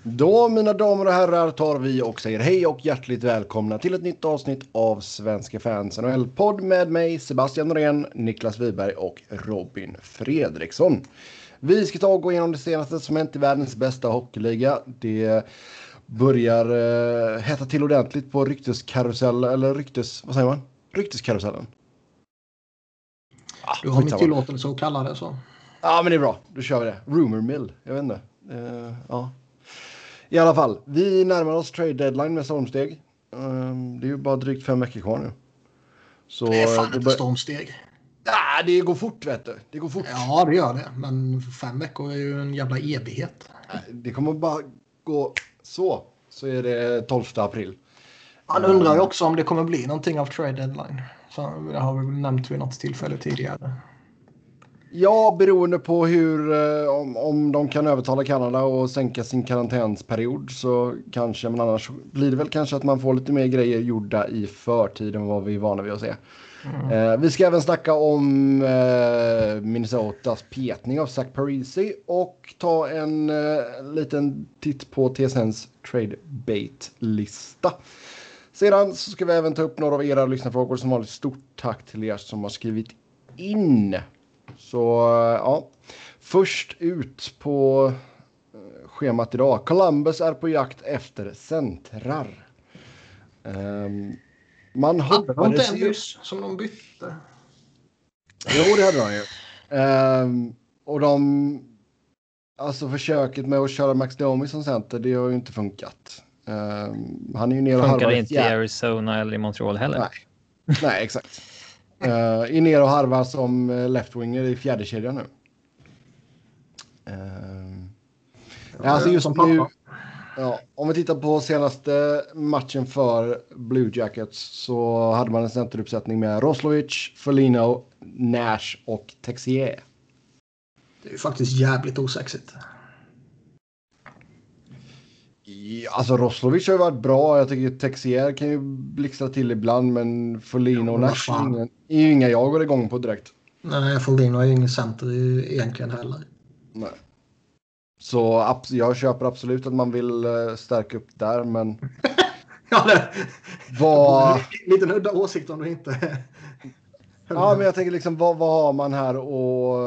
Då, mina damer och herrar, tar vi och säger hej och hjärtligt välkomna till ett nytt avsnitt av Svenska fans NHL-podd med mig, Sebastian Norén, Niklas Wiberg och Robin Fredriksson. Vi ska ta och gå igenom det senaste som hänt i världens bästa hockeyliga. Det börjar hetta till ordentligt på rykteskarusellen. Du har min tillåtelse att kalla det så. Ja, men det är bra. Då kör vi det. Rumor mill. Jag vet inte. Ja. I alla fall, vi närmar oss trade deadline med stormsteg. Det är ju bara drygt 5 veckor kvar nu. Så det är fan inte stormsteg. Ja, det går fort, vet du. Det går fort. Ja, det gör det. Men 5 veckor är ju en jävla evighet. Det kommer bara gå så är det 12 april. Man undrar ju också om det kommer bli någonting av trade deadline. Så det har vi väl nämnt vid något tillfälle tidigare. Ja, beroende på hur om de kan övertala Kanada och sänka sin karantänsperiod så kanske, men annars blir det väl kanske att man får lite mer grejer gjorda i förtid än vad vi är vana vid att se. Vi ska även snacka om Minnesotas petning av Zach Parise och ta en liten titt på TSNs trade bait-lista. Sedan så ska vi även ta upp några av era lyssnarfrågor. Som vanligt, stort tack till er som har skrivit in. Så ja, först ut på schemat idag. Columbus är på jakt efter centrar. Man hoppades ju... som de bytte. Jo, det hade de ju. Och alltså försöket med att köra Max Domi som center, det har ju inte funkat. Han är ju ner och funkar inte i Arizona eller i Montreal heller. Nej, exakt. I ner och harvar som left-winger i fjärde kedjan nu. Alltså just nu, om vi tittar på senaste matchen för Blue Jackets så hade man en centeruppsättning med Roslovic, Foligno, Nash och Texier. Det är ju faktiskt jävligt osexigt. Alltså Roslovic har ju varit bra. Jag tycker Texier kan ju blixtra till ibland, men Foligno och Nash är ju inga jag går igång på direkt. Nej, Foligno är ju ingen center egentligen heller. Nej. Så jag köper absolut att man vill stärka upp där, men... Ja, det var... Lite nudda åsikt om du inte... Ja, men jag tänker liksom, vad har man här och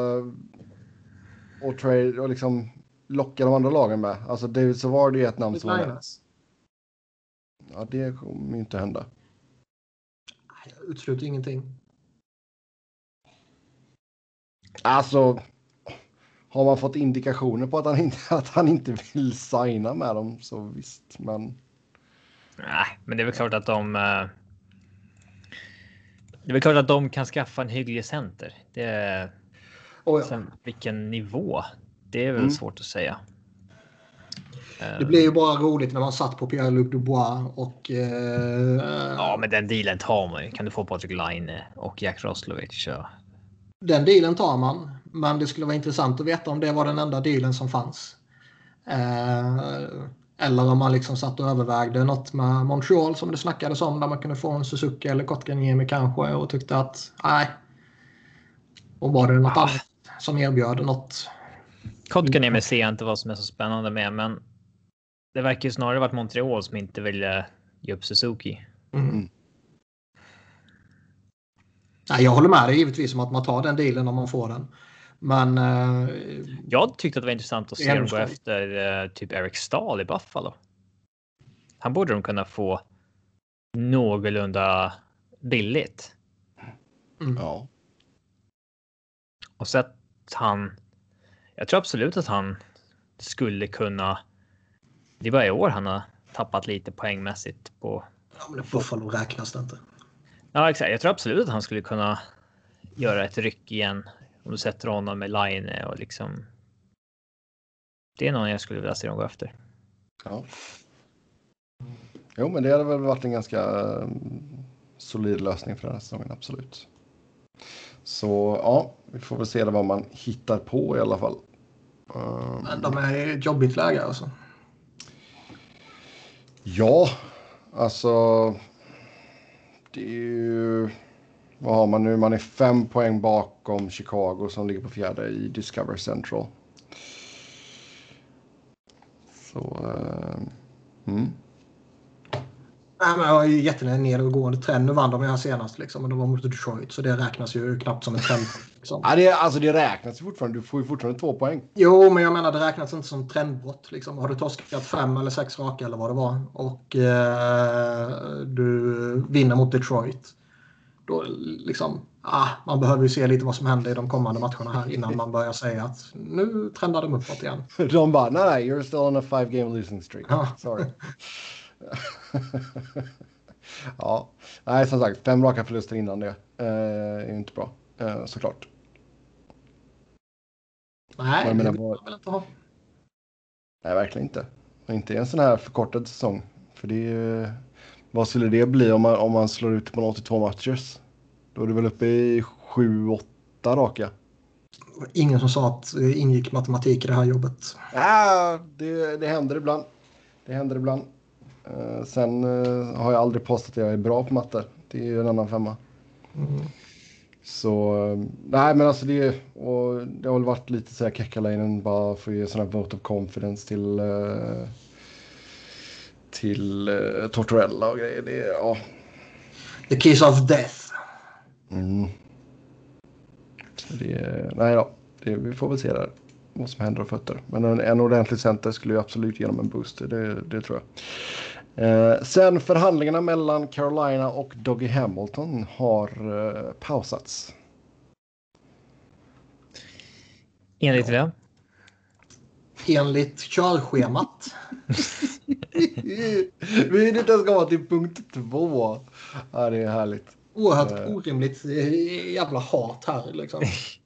trade och liksom locka de andra lagen med? Alltså David Savard är ett namn som är... Ja, det kommer ju inte hända. Jag utesluter ingenting. Alltså... Har man fått indikationer på att han inte vill signa med dem, så visst, men... Nej, men det är väl klart att de kan skaffa en hygglig center. Det är... Sen, vilken nivå? Det är väl svårt att säga. Det blir ju bara roligt när man satt på Pierre-Luc Dubois och... Ja, men den dealen tar man ju. Kan du få Patrik Laine och Jack Roslovic? Den dealen tar man. Men det skulle vara intressant att veta om det var den enda dealen som fanns. Eller om man liksom satt och övervägde något med Montreal som det snackades om. Där man kunde få en Suzuki eller Kotkaniemi kanske. Och tyckte att nej. Och var det något annat som erbjöd något. Kotkaniemi ser jag inte vad som är så spännande med. Men det verkar ju snarare varit Montreal som inte ville ge upp Suzuki. Nej, jag håller med dig givetvis om att man tar den dealen om man får den. Men jag tyckte att det var intressant att se dem gå efter typ Eric Stahl i Buffalo. Han borde de kunna få någorlunda billigt. Ja. Och så att jag tror absolut att han skulle kunna. Det är bara i år han har tappat lite poängmässigt på. Ja, men Buffalo räknas det inte. Ja, exakt. Jag tror absolut att han skulle kunna göra ett ryck igen om du sätter honom med Line och liksom. Det är någon jag skulle vilja se dem gå efter. Ja. Jo, men det hade väl varit en ganska solid lösning för den här säsongen, absolut. Så ja, vi får väl se vad man hittar på i alla fall. Men de är i ett jobbigt läge alltså. Ja, alltså det är ju... Vad har man nu? Man är 5 poäng bakom Chicago som ligger på fjärde i Discover Central. Så... Nej, men jag har ju jättenedågående trend. Nu vann de här senast liksom, och det var mot Detroit, så det räknas ju knappt som en trend. Liksom. Ja, det räknas ju fortfarande. Du får ju fortfarande 2 poäng. Jo, men jag menar det räknas inte som trendbrott. Liksom. Har du torskat 5 eller 6 raka eller vad det var och du vinner mot Detroit, då liksom, man behöver ju se lite vad som händer i de kommande matcherna här innan man börjar säga att nu trendar de uppåt igen. De bara, nej, you're still on a 5-game losing streak. Sorry. Ja, nej, som sagt, 5 raka förluster innan det är ju inte bra, såklart. Nej, det vill man väl inte ha. Nej, verkligen inte. Inte i en sån här förkortad säsong. För det är ju... Vad skulle det bli om man slår ut på 82 matcher? Då är det väl uppe i 7-8 raka. Ingen som sa att det ingick matematik i det här jobbet. Ja, det händer ibland. Sen har jag aldrig påstått att jag är bra på matte. Det är ju en annan femma. Så, nej men alltså det har väl varit lite så här Kekkalainen bara för att ge sån här vote of confidence till Tortorella och grejer. Det, ja. The kiss of death. Nej då, vi får väl se där vad som händer och fötter. Men en ordentlig center skulle ju absolut ge dem en boost, det tror jag. Sen förhandlingarna mellan Carolina och Dougie Hamilton har pausats. Enligt det? Enligt körschemat. Vi är inte ens komma till punkt 2. Ja, det är härligt. Oerhört orimligt jävla hat här liksom.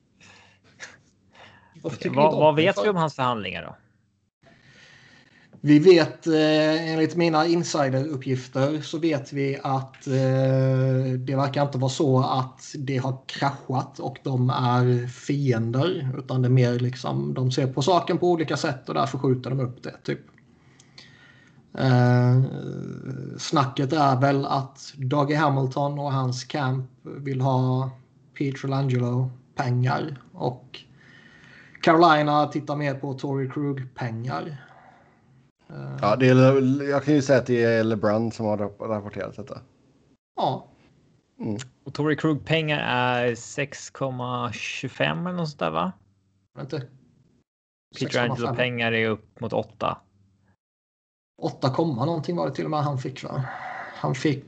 Vad vet vi om hans förhandlingar då? Vi vet, enligt mina insideruppgifter så vet vi att det verkar inte vara så att det har kraschat och de är fiender, utan det är mer liksom de ser på saken på olika sätt och därför skjuter de upp det typ. Snacket är väl att Dougie Hamilton och hans camp vill ha Pietrangelo pengar och Carolina tittar mer på Torrey Krug pengar. Ja, jag kan ju säga att det är LeBron som har rapporterat detta. Ja. Och Torrey Krug pengar är 6,25 eller något sånt där, va? Inte. Pietrangelo pengar är upp mot 8. 8, någonting var det till och med han fick, va? Han fick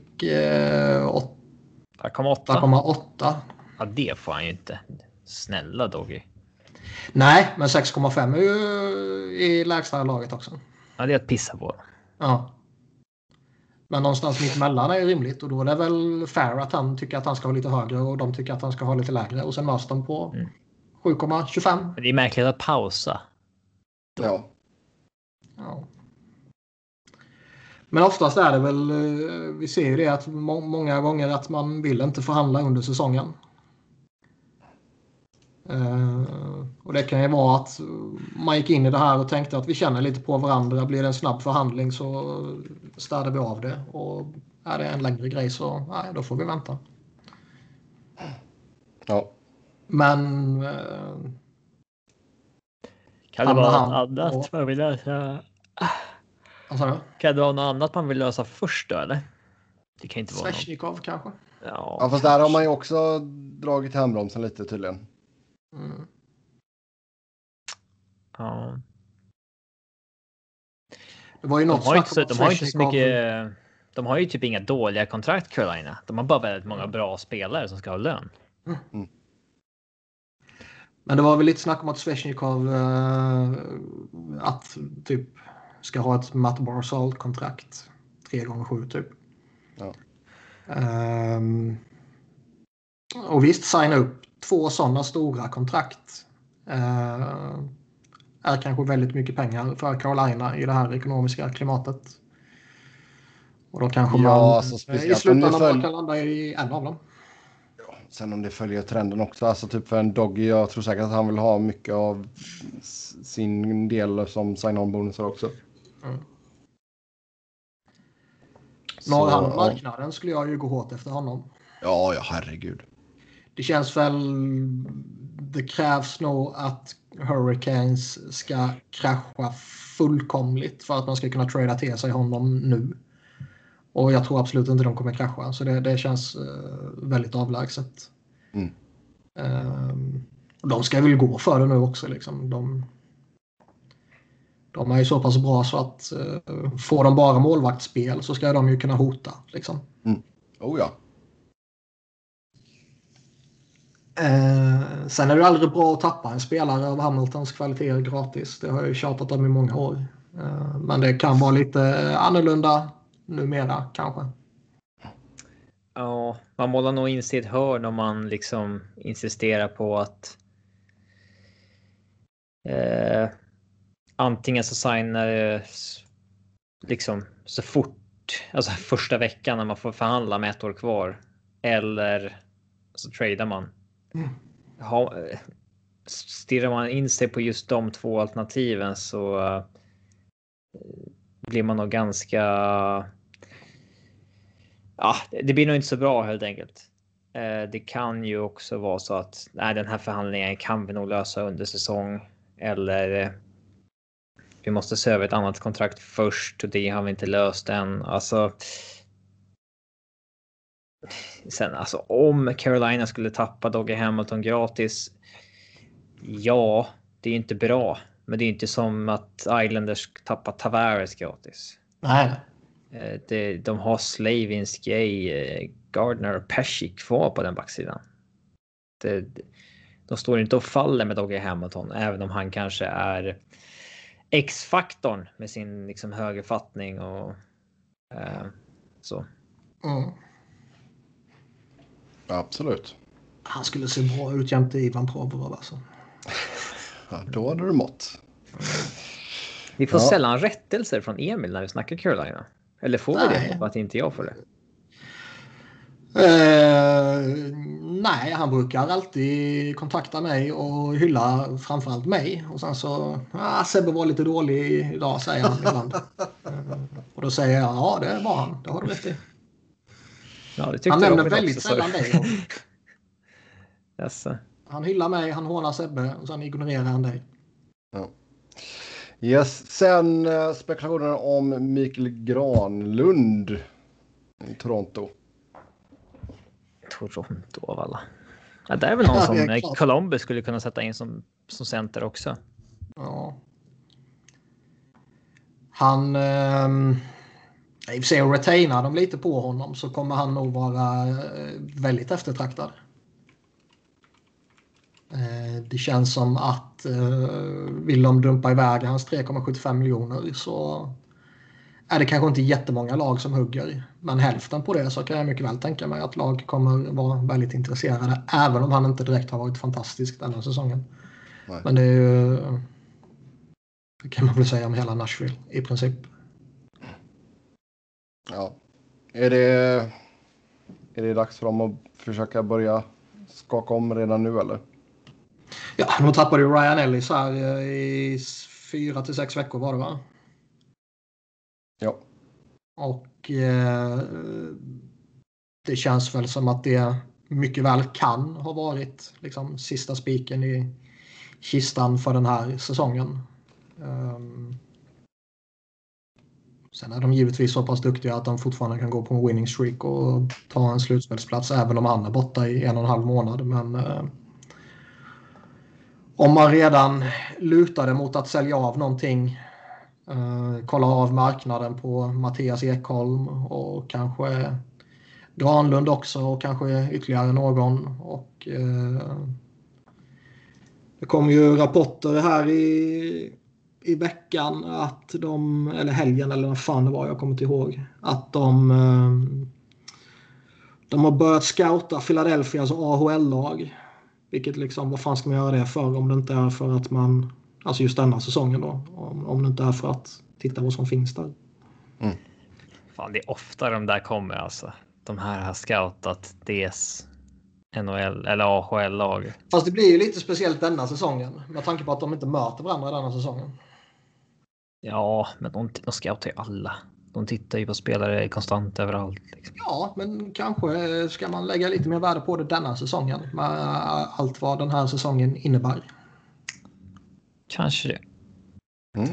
8,8. Ja, det får han ju inte. Snälla Doggy. Nej, men 6,5 är ju i lägsta laget också. Ja, det är att pissa på. Ja. Men någonstans mitt emellan är rimligt och då är det väl fair att han tycker att han ska ha lite högre och de tycker att han ska ha lite lägre och sen möts de på 7,25. Men det är märkligt att pausa. Ja. Men oftast är det väl, vi ser ju det att många gånger att man vill inte förhandla under säsongen. Och det kan ju vara att man gick in i det här och tänkte att vi känner lite på varandra. Blir det en snabb förhandling så städar vi av det. Och är det en längre grej så då får vi vänta. Ja. Men kan det vara något annat man vill lösa? Kan det vara något annat man vill lösa först då, eller? Det kan inte vara Sveshnikov något. kanske? Ja, fast där har man ju också dragit handbromsen lite tydligen. Ja. Det var ju något de har ju typ inga dåliga kontrakt, Carolina. De har bara väldigt många bra spelare som ska ha lön. Men det var väl lite snack om att Sveshnikov att typ ska ha ett Matt Barzal-kontrakt 3x7 typ. Ja. Och visst, signa upp 2 sådana stora kontrakt är kanske väldigt mycket pengar för Carolina i det här ekonomiska klimatet. Och då kanske man i slutändan kan landa i en av dem. Ja, sen om det följer trenden också, alltså typ för en Doggy, jag tror säkert att han vill ha mycket av sin del som sign-on-bonusar också. Når han marknaden skulle jag ju gå hårt efter honom. Ja, herregud. Det känns väl, det krävs nog att Hurricanes ska krascha fullkomligt för att man ska kunna trada till sig honom nu. Och jag tror absolut inte de kommer krascha. Så det känns väldigt avlägset. Och de ska väl gå för det nu också. Liksom. De är ju så pass bra så att får de bara målvaktsspel så ska de ju kunna hota. Liksom. Oh ja. Sen är det aldrig bra att tappa en spelare av Hamiltons kvaliteter gratis. Det har jag ju tjatat om i många år. Men det kan vara lite annorlunda numera kanske. Ja, man måste nog inse ett hörn om man liksom insisterar på att antingen så signar liksom så fort, alltså första veckan när man får förhandla med 1 år kvar, eller så tradar man. Stirrar man in sig på just de 2 alternativen så blir man nog ganska, ja, det blir nog inte så bra helt enkelt. Det kan ju också vara så att den här förhandlingen kan vi nog lösa under säsong, eller vi måste se över ett annat kontrakt först och det har vi inte löst än. Alltså, sen alltså om Carolina skulle tappa Dougie Hamilton gratis, ja, det är inte bra, men det är inte som att Islanders tappar Tavares gratis. Nej. De har Slavinski, Gardner och Pesci kvar på den backsidan. De står inte och faller med Dougie Hamilton, även om han kanske är X-faktorn med sin liksom högerfattning och så. Absolut. Han skulle se bra ut jämte Ivan Provorov alltså. Ja, då hade du mått. Vi får sällan rättelser från Emil när vi snackar Carolina. Eller får vi det? För att inte jag får det. Nej, han brukar alltid kontakta mig och hylla framförallt mig. Och sen så, Sebbe var lite dålig idag, säger han ibland. Och då säger jag, ja det var han, det har du rätt i. Ja, det han nämner väldigt sällan dig. Yes. Han hyllar mig, han hånar Sebbe och sen ignorerar han dig. Ja. Yes, sen spekulationen om Mikael Granlund i Toronto. Toronto av alla. Ja, det är väl någon som Columbus skulle kunna sätta in som center också. Ja. Han i och för sig retainar de lite på honom så kommer han nog vara väldigt eftertraktad. Det känns som att vill de dumpa iväg hans 3,75 miljoner så är det kanske inte jättemånga lag som hugger. Men hälften på det så kan jag mycket väl tänka mig att lag kommer vara väldigt intresserade. Även om han inte direkt har varit fantastisk den här säsongen. Nej. Men det är ju, det kan man väl säga om hela Nashville i princip. Ja. Är det dags för dem att försöka börja skaka om redan nu eller? Ja, de tappade ju Ryan Ellis här i 4-6 veckor var det va? Ja. Och det känns väl som att det mycket väl kan ha varit liksom sista spiken i kistan för den här säsongen. Sen är de givetvis så pass duktiga att de fortfarande kan gå på en winning streak och ta en slutspelsplats även om han är borta i 1,5 månad. Men om man redan lutade mot att sälja av någonting, kolla av marknaden på Mattias Ekholm och kanske Granlund också och kanske ytterligare någon. Och det kommer ju rapporter här i veckan att de, eller helgen eller vad fan det var, jag kommer inte ihåg, att de har börjat scouta Philadelphias AHL-lag. Vilket liksom, vad fan ska man göra det för om det inte är för att man, alltså just denna säsongen då, om det inte är för att titta vad som finns där. Mm. Fan, det är ofta de där kommer alltså. De här har scoutat DS, NHL eller AHL-lag. Fast det blir ju lite speciellt denna säsongen med tanke på att de inte möter varandra denna säsongen. Ja, men de scoutar ju alla. De tittar ju på spelare konstant överallt. Liksom. Ja, men kanske ska man lägga lite mer värde på det denna säsongen med allt vad den här säsongen innebär. Kanske det. Mm.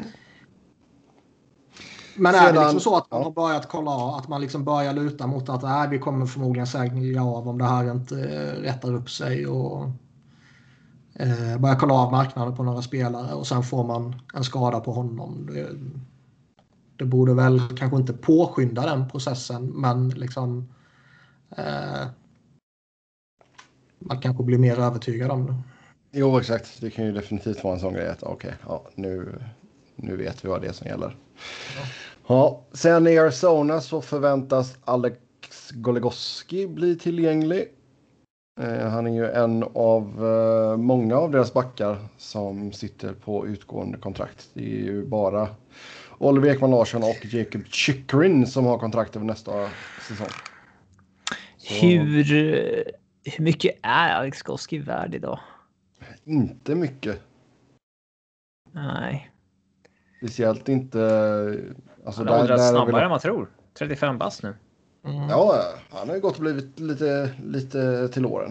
Men är det liksom så att man har börjat kolla att man liksom börjar luta mot att vi kommer förmodligen sälja av om det här inte rättar upp sig och börjar kolla av marknaden på några spelare och sen får man en skada på honom. Det borde väl kanske inte påskynda den processen, men liksom man kanske blir mer övertygad om det. Jo, exakt. Det kan ju definitivt vara en sån grej att nu vet vi vad det är som gäller. Ja, sen i Arizona så förväntas Alex Goligoski bli tillgänglig. Han är ju en av många av deras backar som sitter på utgående kontrakt. Det är ju bara Oliver Ekman Larsson och Jacob Chychrun som har kontrakt över nästa säsong. Så... Hur mycket är Alex Goligoski värd idag? Inte mycket. Nej. Speciellt inte... Alltså han har åldrats snabbare än man tror. 35 bast nu. Mm. Ja, han har ju gått och blivit lite till åren.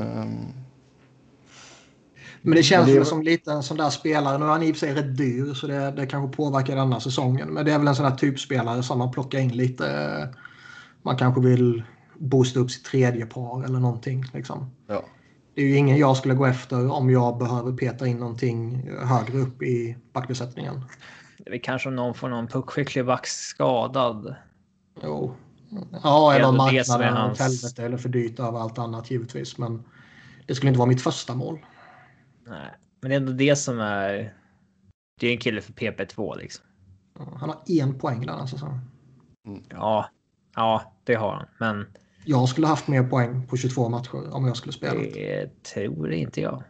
Men det känns väl som lite en sån där spelare. Nu är han i och för sig rätt dyr så det kanske påverkar denna säsongen. Men det är väl en sån där typspelare som man plockar in lite. Man kanske vill boosta upp sitt tredje par eller någonting. Liksom. Ja. Det är ju ingen jag skulle gå efter om jag behöver peta in någonting högre upp i backbesättningen. Det är kanske om någon får någon puckskicklig back skadad. Jo. Ja, eller marknaden hans... helvete eller för dyrt över allt annat givetvis. Men det skulle inte vara mitt första mål. Nej, men det är ändå det som är... Det är en kille för PP2 liksom. Han har 1 poäng den här säsongen. Mm. Ja, det har han. Men... Jag skulle haft mer poäng på 22 matcher om jag skulle spela. Det tror inte jag.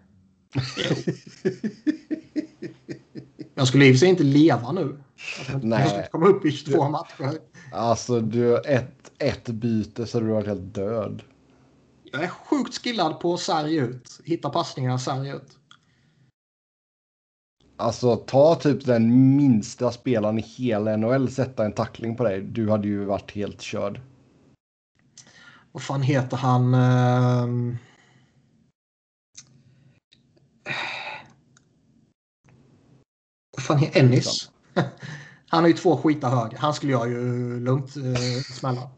Jag skulle i och för sig inte leva nu. Nej. Jag skulle komma upp i 22 matcher. Alltså, du har ett byte så du har varit helt död. Jag är sjukt skillad på sarg ut. Hitta passningar sarg ut. Alltså, ta typ den minsta spelaren i hela NHL, sätta en tackling på dig. Du hade ju varit helt körd. Vad fan heter han? Vad fan heter Ennis? Han har ju 2 skita hög. Han skulle jag ju lugnt smälla.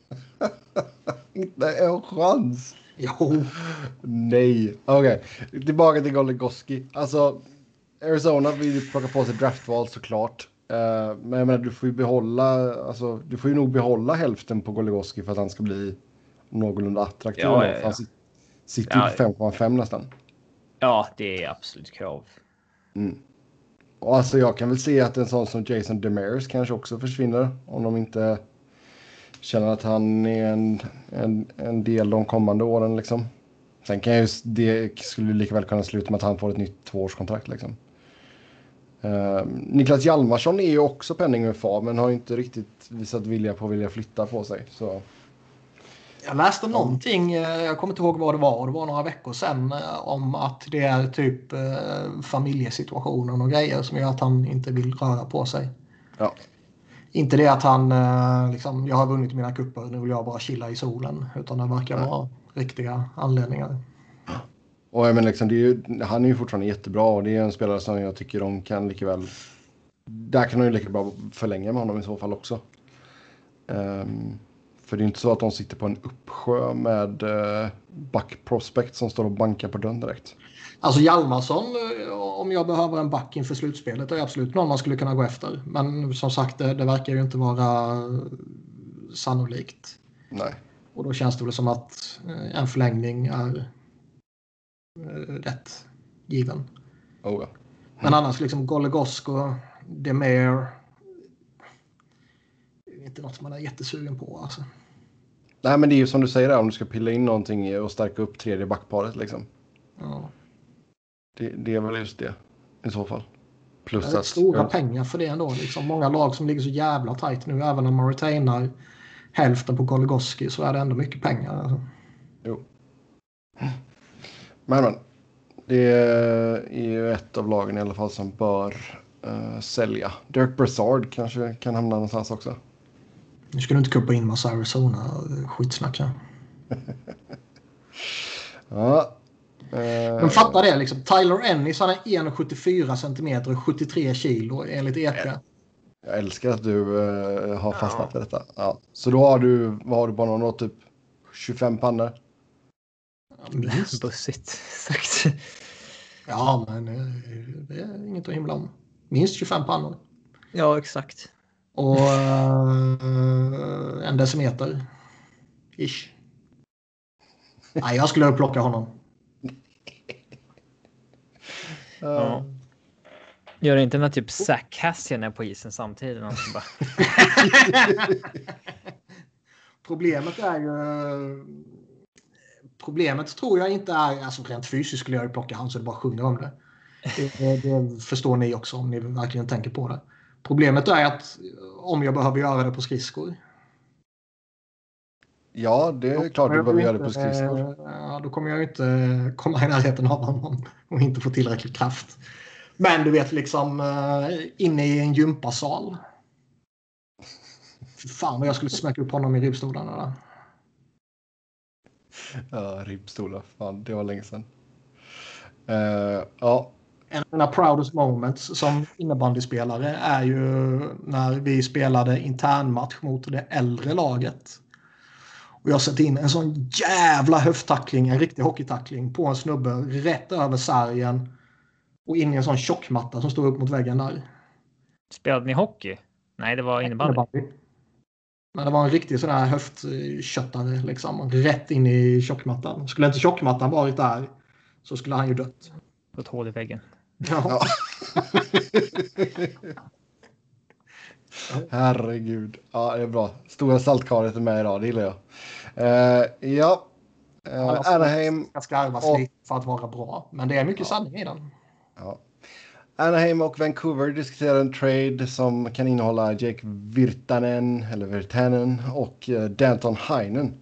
Inte en chans. Jo. Nej. Okej. Tillbaka till Goligoski. Alltså, Arizona vill plocka på sig draftval såklart. Men jag menar, du får ju nog behålla hälften på Goligoski för att han ska bli någorlunda attraktiv. Ja. Han sitter ju på 5,5 nästan. Ja, det är absolut krav. Mm. Och alltså jag kan väl se att en sån som Jason Demers kanske också försvinner om de inte känner att han är en del de kommande åren liksom. Sen kan det skulle lika väl kunna sluta med att han får ett nytt 2-årskontrakt liksom. Niklas Hjalmarsson är ju också penning-UFA men har inte riktigt visat vilja flytta på sig. Så. Jag läste någonting, jag kommer inte ihåg vad det var några veckor sedan, om att det är typ familjesituationen och grejer som gör att han inte vill röra på sig. Ja. Inte det att han liksom, jag har vunnit mina kupper, nu vill jag bara chilla i solen, utan det verkar vara riktiga anledningar. Och men liksom, han är ju fortfarande jättebra och det är en spelare som jag tycker de kan lika väl. Där kan de ju lika bra förlänga med honom i så fall också. För det är inte så att de sitter på en uppsjö med back prospect som står och bankar på dörren direkt. Alltså Hjalmarsson, om jag behöver en back inför slutspelet, är absolut någon man skulle kunna gå efter. Men som sagt, det verkar ju inte vara sannolikt. Nej. Och då känns det väl som att en förlängning är rätt given. Oh, ja. Men annars liksom Goligoski, Demare, det är inte något man är jättesugen på alltså. Nej, men det är ju som du säger där, om du ska pilla in någonting och stärka upp tredje backparet liksom. Ja. Det är väl just det i så fall. Plus det är stora pengar för det ändå. Liksom. Många lag som ligger så jävla tajt nu, även om man retainar hälften på Goligoski, så är det ändå mycket pengar. Alltså. Jo. Men det är ju ett av lagen i alla fall som bör sälja. Dirk Brassard kanske kan hamna någonstans också. Nu ska du inte kuppa in massa Arizona skitsnack här. Ja. Men fatta det liksom. Tyler Ennis, han är 1,74 centimeter och 73 kilo enligt EP. Jag älskar att du har fastnat för detta. Ja. Så då har du, vad har du på någon typ 25 pannor? Minst. Bussigt sagt. Ja, men det är inget att himla om. Minst 25 pannor. Ja, exakt. Och en decimeter. Ish. Nej, jag skulle plocka honom. Ja. Gör inte när typ Zach Kassian är på isen samtidigt? Bara... Problemet tror jag inte är... Alltså rent fysiskt skulle jag ju plocka han så det bara sjunger om det. Det förstår ni också om ni verkligen tänker på det. Problemet är att om jag behöver göra det på skridskor. Ja, det är klart du behöver göra det på skridskor. Ja, då kommer jag inte komma i närheten av honom och inte få tillräcklig kraft. Men du vet liksom inne i en gympasal. Fan vad jag skulle smäcka upp honom i ribbstolarna där. Ja, ribbstolar. Fan, det var länge sedan. Ja. En av mina proudest moments som innebandyspelare är ju när vi spelade internmatch mot det äldre laget. Och jag satt in en sån jävla höfttackling, en riktig hockeytackling på en snubbe rätt över sargen och in i en sån tjockmatta som stod upp mot väggen där. Spelade ni hockey? Nej, det var innebandy. Men det var en riktig sån här höftköttare liksom, rätt in i tjockmattan. Skulle inte tjockmattan varit där så skulle han ju dött. På ett hål i väggen. Ja. Herregud. Ja, det är bra. Stora saltkaret är med idag, det gillar jag. Ja. Anaheim. Jag ska arvas lite för att vara bra. Men det är mycket sanning i den. Ja. Anaheim och Vancouver diskuterar en trade som kan innehålla Jake Virtanen och Danton Heinen.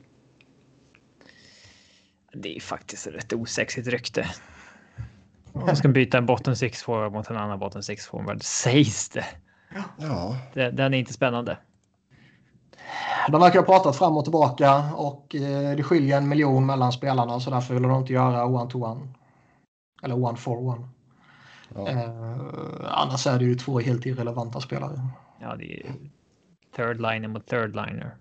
Det är faktiskt ett rätt osexigt rykte. Man ska byta en bottom 6 forward mot en annan bottom 6 forward. Sägs det. Ja. Den är inte spännande. De verkar ha pratat fram och tillbaka och det skiljer 1 miljon mellan spelarna så därför vill de inte göra 1-to-1. Eller 1-for-1. Ja. Annars är det ju 2 helt irrelevanta spelare. Ja, det är third liner mot third liner.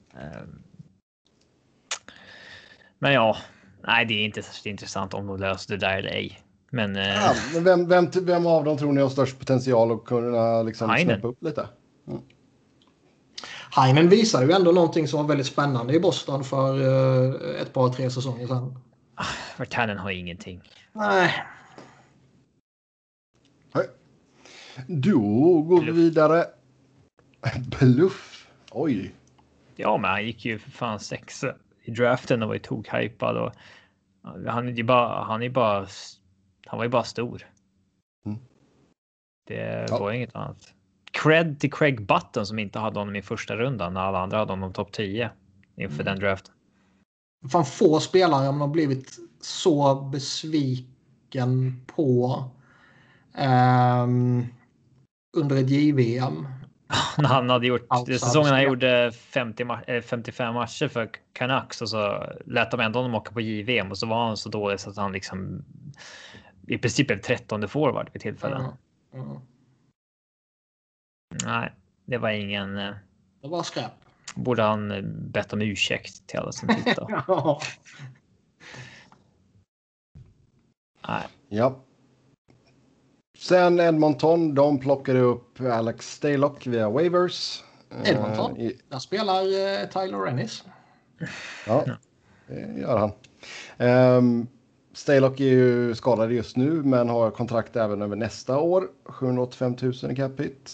Men ja, nej, det är inte så intressant om de löser det där eller ej. Men, men vem av dem tror ni har störst potential att kunna liksom snäppa upp lite? Mm. Heinen visade ju ändå någonting som var väldigt spännande i Boston för ett par 3 säsonger sedan. Virtanen har ingenting. Nej. Då går vi vidare. Bluff. Oj. Ja, men han gick ju för fan 6 i draften och var ju tokhypad och han var ju bara stor. Mm. Det var inget annat. Cred till Craig Button som inte hade honom i första rundan när alla andra hade honom topp 10 inför den draften. Fan få spelare om de har blivit så besviken på under ett JVM. När han hade gjort säsongen han gjorde 55 matcher för Canucks och så lät de ändå honom åka på JVM och så var han så dålig så att han liksom i princip blev 13:e forward vid tillfällen. Nej, det var ingen... Det var skräp. Borde han bett om ursäkt till alla som tittar. Nej. Ja. Sen Edmonton, de plockade upp Alex Stalock via waivers. Edmonton? Där spelar Tyler Ennis. Ja, det gör han. Stalock är ju skadad just nu men har kontrakt även över nästa år. 785 000 i cap hit.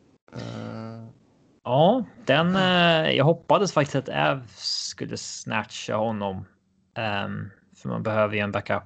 Ja, jag hoppades faktiskt att Ev skulle snatcha honom. För man behöver ju en backup.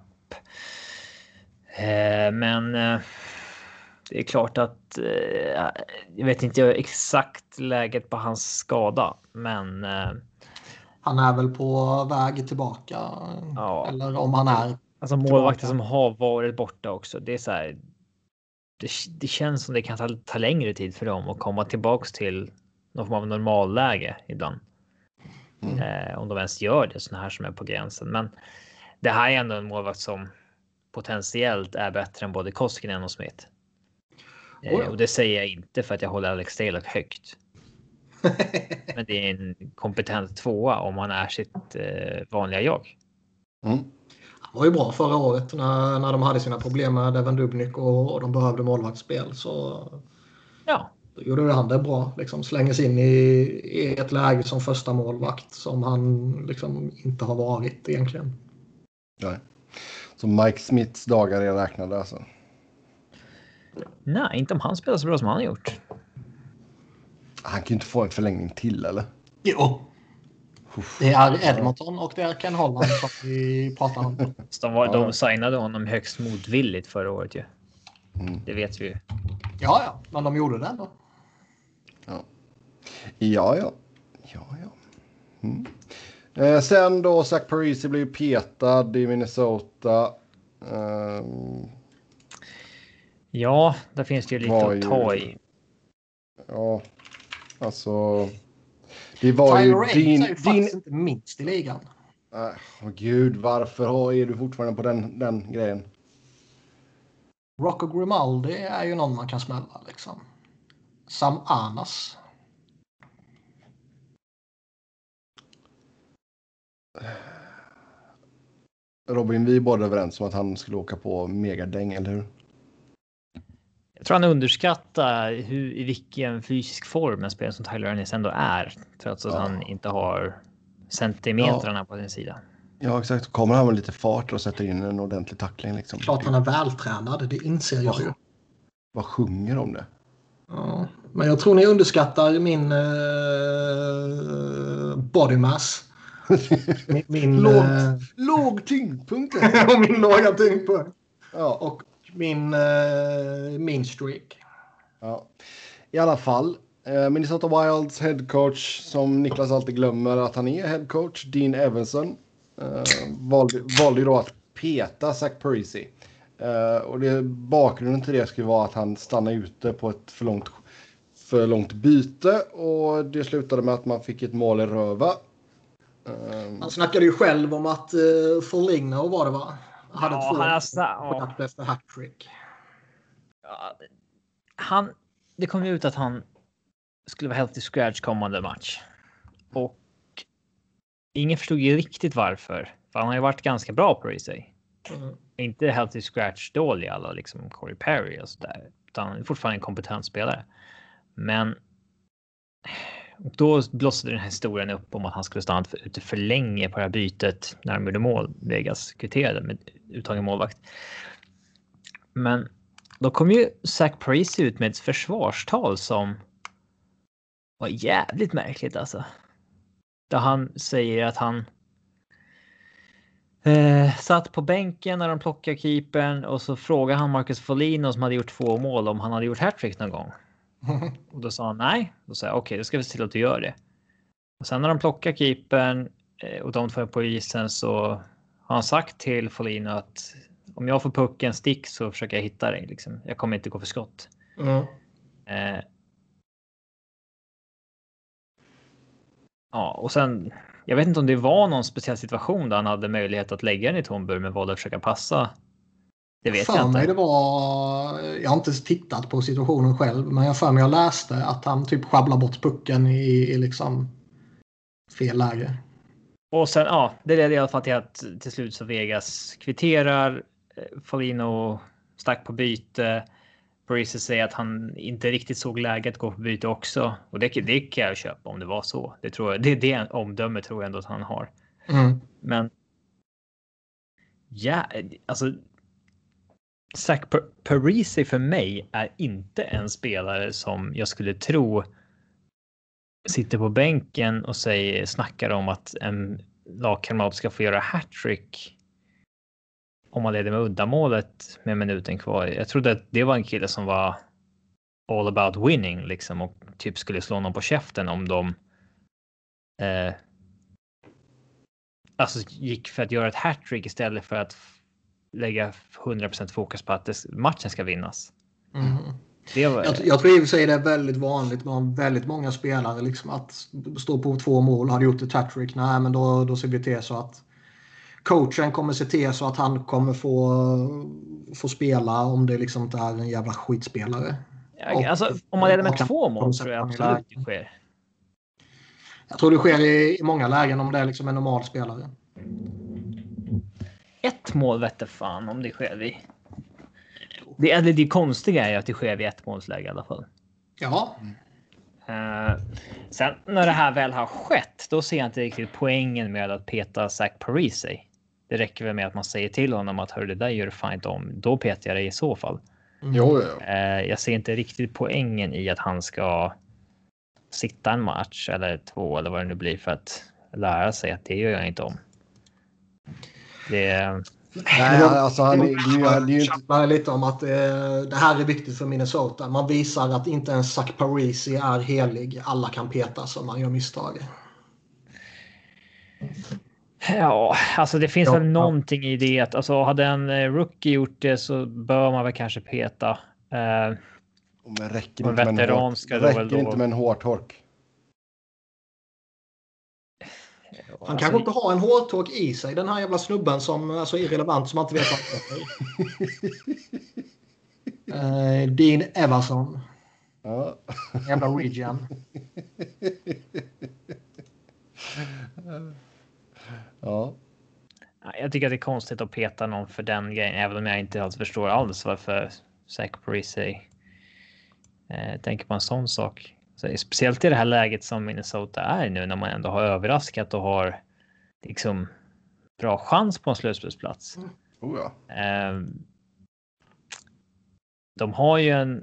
Men det är klart att jag vet inte exakt läget på hans skada. Men han är väl på väg tillbaka. Ja. Eller om han är. Alltså målvakter som har varit borta också. Det är så här. Det känns som det kan ta längre tid för dem att komma tillbaks till någon form av normalläge ibland. Om de ens gör det, såna här som är på gränsen. Men det här är ändå en målvakt som potentiellt är bättre än både Koskinen och Smith. Och det säger jag inte för att jag håller Alex Stalock högt. Men det är en kompetent tvåa om han är sitt vanliga jag. Han var ju bra förra året när de hade sina problem med Devin Dubnyk och de behövde målvaktsspel. Så ja. Då gjorde han det bra. Liksom slänges in i ett läge som första målvakt som han liksom inte har varit egentligen. Nej. Så Mike Smiths dagar är räknade alltså? Nej, inte om han spelar så bra som han har gjort. Han kan ju inte få en förlängning till, eller? Jo. Det är Edmonton och det är Ken Holland som vi pratar om. De signade honom högst motvilligt förra året ju. Det vet vi ju. Ja, men de gjorde det ändå. Ja. Sen då Zach Parise blev petad i Minnesota. Ja, där finns det ju lite att ta i. Ja, alltså det var ju din faktiskt inte minst i ligan. Gud, varför är du fortfarande på den grejen? Rocco Grimaldi är ju någon man kan smälla liksom. Sam Anas. Robin, vi är båda överens om att han skulle åka på megadäng, eller hur? Jag tror han underskattar i vilken fysisk form en spelare som Tyler Ennis ändå är. Trots att han inte har centimetrarna på sin sida. Ja, exakt. Kommer han med lite fart och sätter in en ordentlig tackling liksom. Klart han är vältränad, det inser jag ju. Vad sjunger om det? Ja, men jag tror ni underskattar min body mass. Min låg tyngdpunkt. Min låga tyngdpunkt. Ja. Och min streak. Ja. I alla fall, Minnesota Wilds head coach, som Niklas alltid glömmer att han är head coach, Dean Evanson, valde då att peta Zach Parise. Och bakgrunden till det skulle vara att han stannade ute på ett för långt byte, och det slutade med att man fick ett mål i röva. Han snackade ju själv om att Foligno var det, va? Hade två efter hattrick. Det kom ut att han skulle vara healthy scratch kommande match. Och ingen förstod ju riktigt varför. För han har ju varit ganska bra på sig. Inte healthy scratch dålig alla liksom Corey Perry och sådär. Utan han är fortfarande en kompetent spelare. Men då blossade den här historien upp om att han skulle stanna ute för länge på det här bytet när de gjorde mål. Vegas kvitterade med uttagen målvakt. Men då kom ju Zach Parise ut med ett försvarstal som var jävligt märkligt alltså. Där han säger att han satt på bänken när de plockade keepern, och så frågade han Marcus Foligno som hade gjort 2 mål om han hade gjort hattrick någon gång. Och då sa han nej. Då sa jag okej, då ska vi se till att du gör det. Och sen när de plockar keepern och de två på isen, så har han sagt till Foligno att om jag får pucken stick så försöker jag hitta dig. Liksom. Jag kommer inte gå för skott. Ja, och sen jag vet inte om det var någon speciell situation där han hade möjlighet att lägga den i Tornberg men valde att försöka passa. Det vet jag inte. Det var, jag har inte tittat på situationen själv, men jag läste att han typ sjabblar bort pucken i liksom fel läge. Och sen, det ledde i alla fall till att till slut så Vegas kvitterar. Foligno stack på byte. Parise säger att han inte riktigt såg läget att gå på byte också. Och det kan jag köpa om det var så. Det tror jag, det omdöme tror jag ändå att han har. Men ja, alltså Zach Parise för mig är inte en spelare som jag skulle tro sitter på bänken och snackar om att en lagkamrat ska få göra hattrick om man leder med uddamålet med minuten kvar. Jag trodde att det var en kille som var all about winning liksom, och typ skulle slå någon på käften om de alltså gick för att göra ett hattrick istället för att lägga 100% fokus på att matchen ska vinnas. Jag tror i och för sig det är väldigt vanligt med väldigt många spelare liksom, att stå på 2 mål, hade gjort ett hattrick. Nej, men då ser vi till så att coachen kommer se till så att han kommer få spela om det liksom inte är en jävla skitspelare. Ja, alltså, om man leder med 2 mål tror jag absolut det sker. Jag tror det sker i många lägen om det är liksom en normal spelare. 1 mål vet jag fan om det sker vid. Det konstiga är ju att det sker vid 1 målsläge i alla fall. Ja. Sen när det här väl har skett, då ser jag inte riktigt poängen med att peta Zach Parise. Det räcker väl med att man säger till honom att hör det där gör du fan inte om. Då petar jag det i så fall. Jo. Jag ser inte riktigt poängen i att han ska sitta en match eller 2 eller vad det nu blir för att lära sig att det gör jag inte om. Nej, alltså det är ju inte lite om att det här är viktigt för Minnesota. Man visar att inte ens Zach Parise är helig. Alla kan petas om man gör misstag. Ja, alltså det finns väl någonting i det att alltså hade en rookie gjort det så bör man väl kanske peta. Men räcker inte med en hårtork. Han kanske inte har en hårtork i sig, den här jävla snubben som är så irrelevant som man inte vet vad det är. Dean Everson. Ja. Jävla region. Ja. Jag tycker att det är konstigt att peta någon för den grejen, även om jag inte alls förstår alls varför Zach Parise tänker på en sån sak. Så speciellt i det här läget som Minnesota är nu när man ändå har överraskat och har liksom bra chans på en slutspelsplats. De har ju en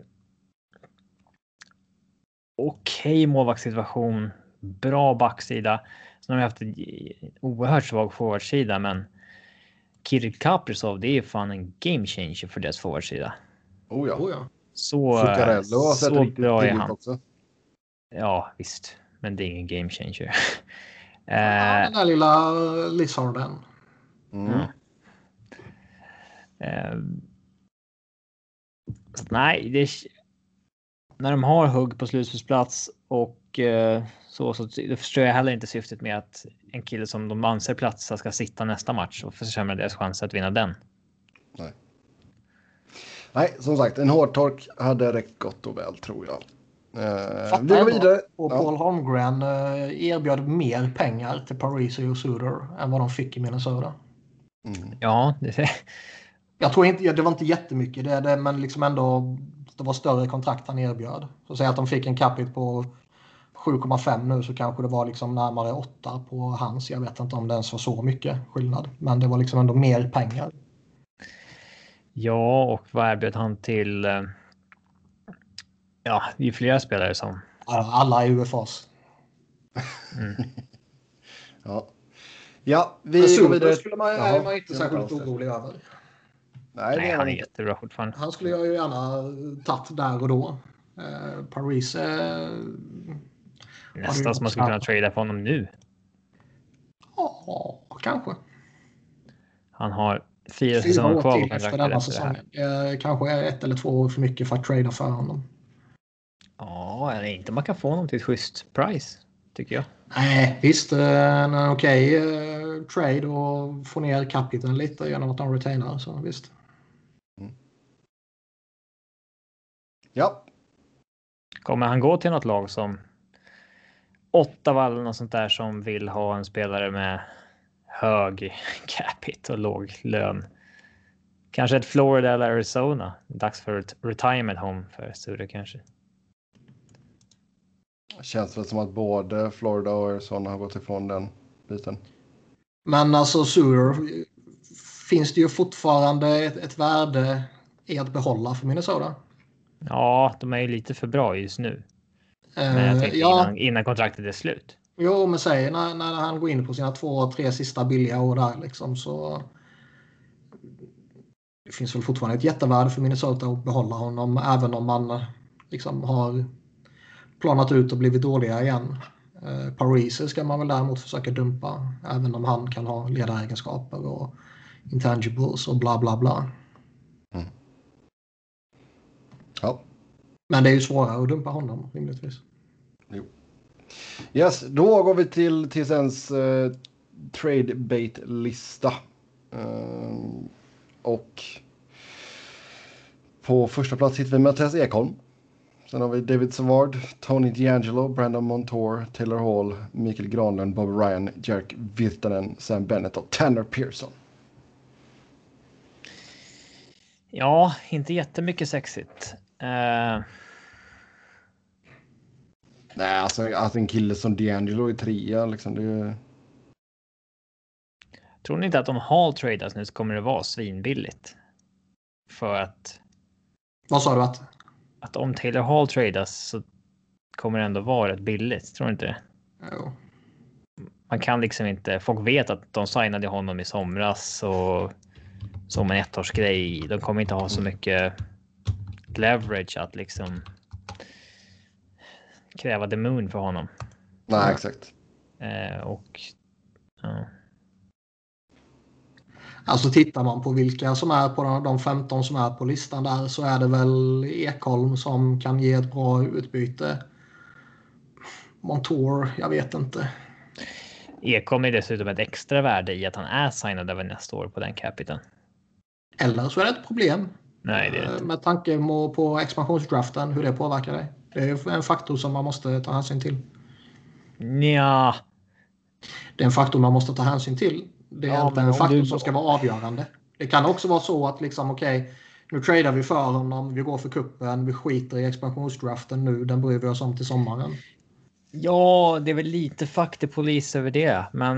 okej målvaktssituation, bra backsida. Sen har de haft en oerhört svag forwardsida, men Kirill Kaprizov, det är fan en game changer för deras forwardsida. Så bra är han. Också. Ja, visst. Men det är ingen game changer. Den där lilla Lizarden. Nej, när de har hugg på slutspelsplats och så det förstår jag heller inte syftet med att en kille som de anser platsa ska sitta nästa match och försämra deras chans att vinna den. Nej, som sagt, en hårtork hade räckt gott och väl, tror jag. Vi går vidare. Och Paul Holmgren erbjöd mer pengar till Parise och Suter än vad de fick i Minnesota. Ja, jag tror inte, det var inte jättemycket men liksom ändå det var större kontrakt han erbjöd. Så säg att de fick en capita på 7,5 nu, så kanske det var liksom närmare 8 på hans. Jag vet inte om det ens var så mycket skillnad, men det var liksom ändå mer pengar. Ja, och vad erbjöd han till? Ja, det är flera spelare som... Alla är UFAs. Ja, vi går vidare. Skulle man inte särskilt orolig över. Nej, han är jättebra fortfarande. Han skulle jag ju gärna tagit där och då. Parise... Nästan som man skulle kunna trada på honom nu. Ja, kanske. Han har 4 säsonger kvar på kontraktet denna säsongen. Kanske är 1 eller 2 år för mycket för att trada för honom. Ja, eller inte. Man kan få honom till ett schysst price, tycker jag. Nej, visst. En okej trade och få ner capiten lite genom att de retainar. Så visst. Ja. Kommer han gå till något lag som Ottawa eller något sånt där som vill ha en spelare med hög capita och låg lön? Kanske ett Florida eller Arizona. Dags för ett retirement home för Suter kanske. Känns väl som att både Florida och Arizona har gått ifrån den biten. Men alltså Suter, finns det ju fortfarande ett värde i att behålla för Minnesota? Ja, de är ju lite för bra just nu. Men jag tänkte innan kontraktet är slut. Jo, men säg när han går in på sina 2-3 sista billiga år där liksom, så det finns väl fortfarande ett jättevärde för Minnesota att behålla honom, även om man liksom har planat ut och blivit dåliga igen. Parise ska man väl däremot försöka dumpa, även om han kan ha ledaregenskaper och intangibles och bla bla bla. Ja. Men det är ju svårare att dumpa honom, rimligtvis. Jo. Yes, då går vi till TSNs trade bait-lista. Och på första plats hittar vi Mattias Ekholm. Sen har vi David Savard, Tony DeAngelo, Brandon Montour, Taylor Hall, Mikael Granlund, Bob Ryan, Jerk Virtanen, Sam Bennett och Tanner Pearson. Ja, inte jättemycket sexigt. Nej, alltså att en kille som DeAngelo är 3 liksom, det... Tror ni inte att om Hall tradas nu så kommer det vara svinbilligt? För att... Vad sa du att? Att om Taylor Hall tradas så kommer det ändå vara rätt billigt. Tror du inte det? Jo. Man kan liksom inte... Folk vet att de signade honom i somras och som en ettårsgrej. De kommer inte ha så mycket leverage att liksom kräva the moon för honom. Nej, exakt. Och... Ja. Alltså tittar man på vilka som är på de 15 som är på listan där så är det väl Ekholm som kan ge ett bra utbyte. Montour, jag vet inte. Ekholm är dessutom ett extra värde i att han är signad över nästa år på den capiten. Eller så är det ett problem. Nej, det är det inte. Med tanke på expansionsdraften, hur det påverkar dig. Det är en faktor som man måste ta hänsyn till. Ja. Det är en faktor man måste ta hänsyn till. Det är inte en faktor som ska vara avgörande. Det kan också vara så att liksom okej, nu tradar vi för honom, vi går för kuppen, vi skiter i expansionsdraften nu, den bryr vi oss om till sommaren. Ja, det är väl lite faktapolis över det, men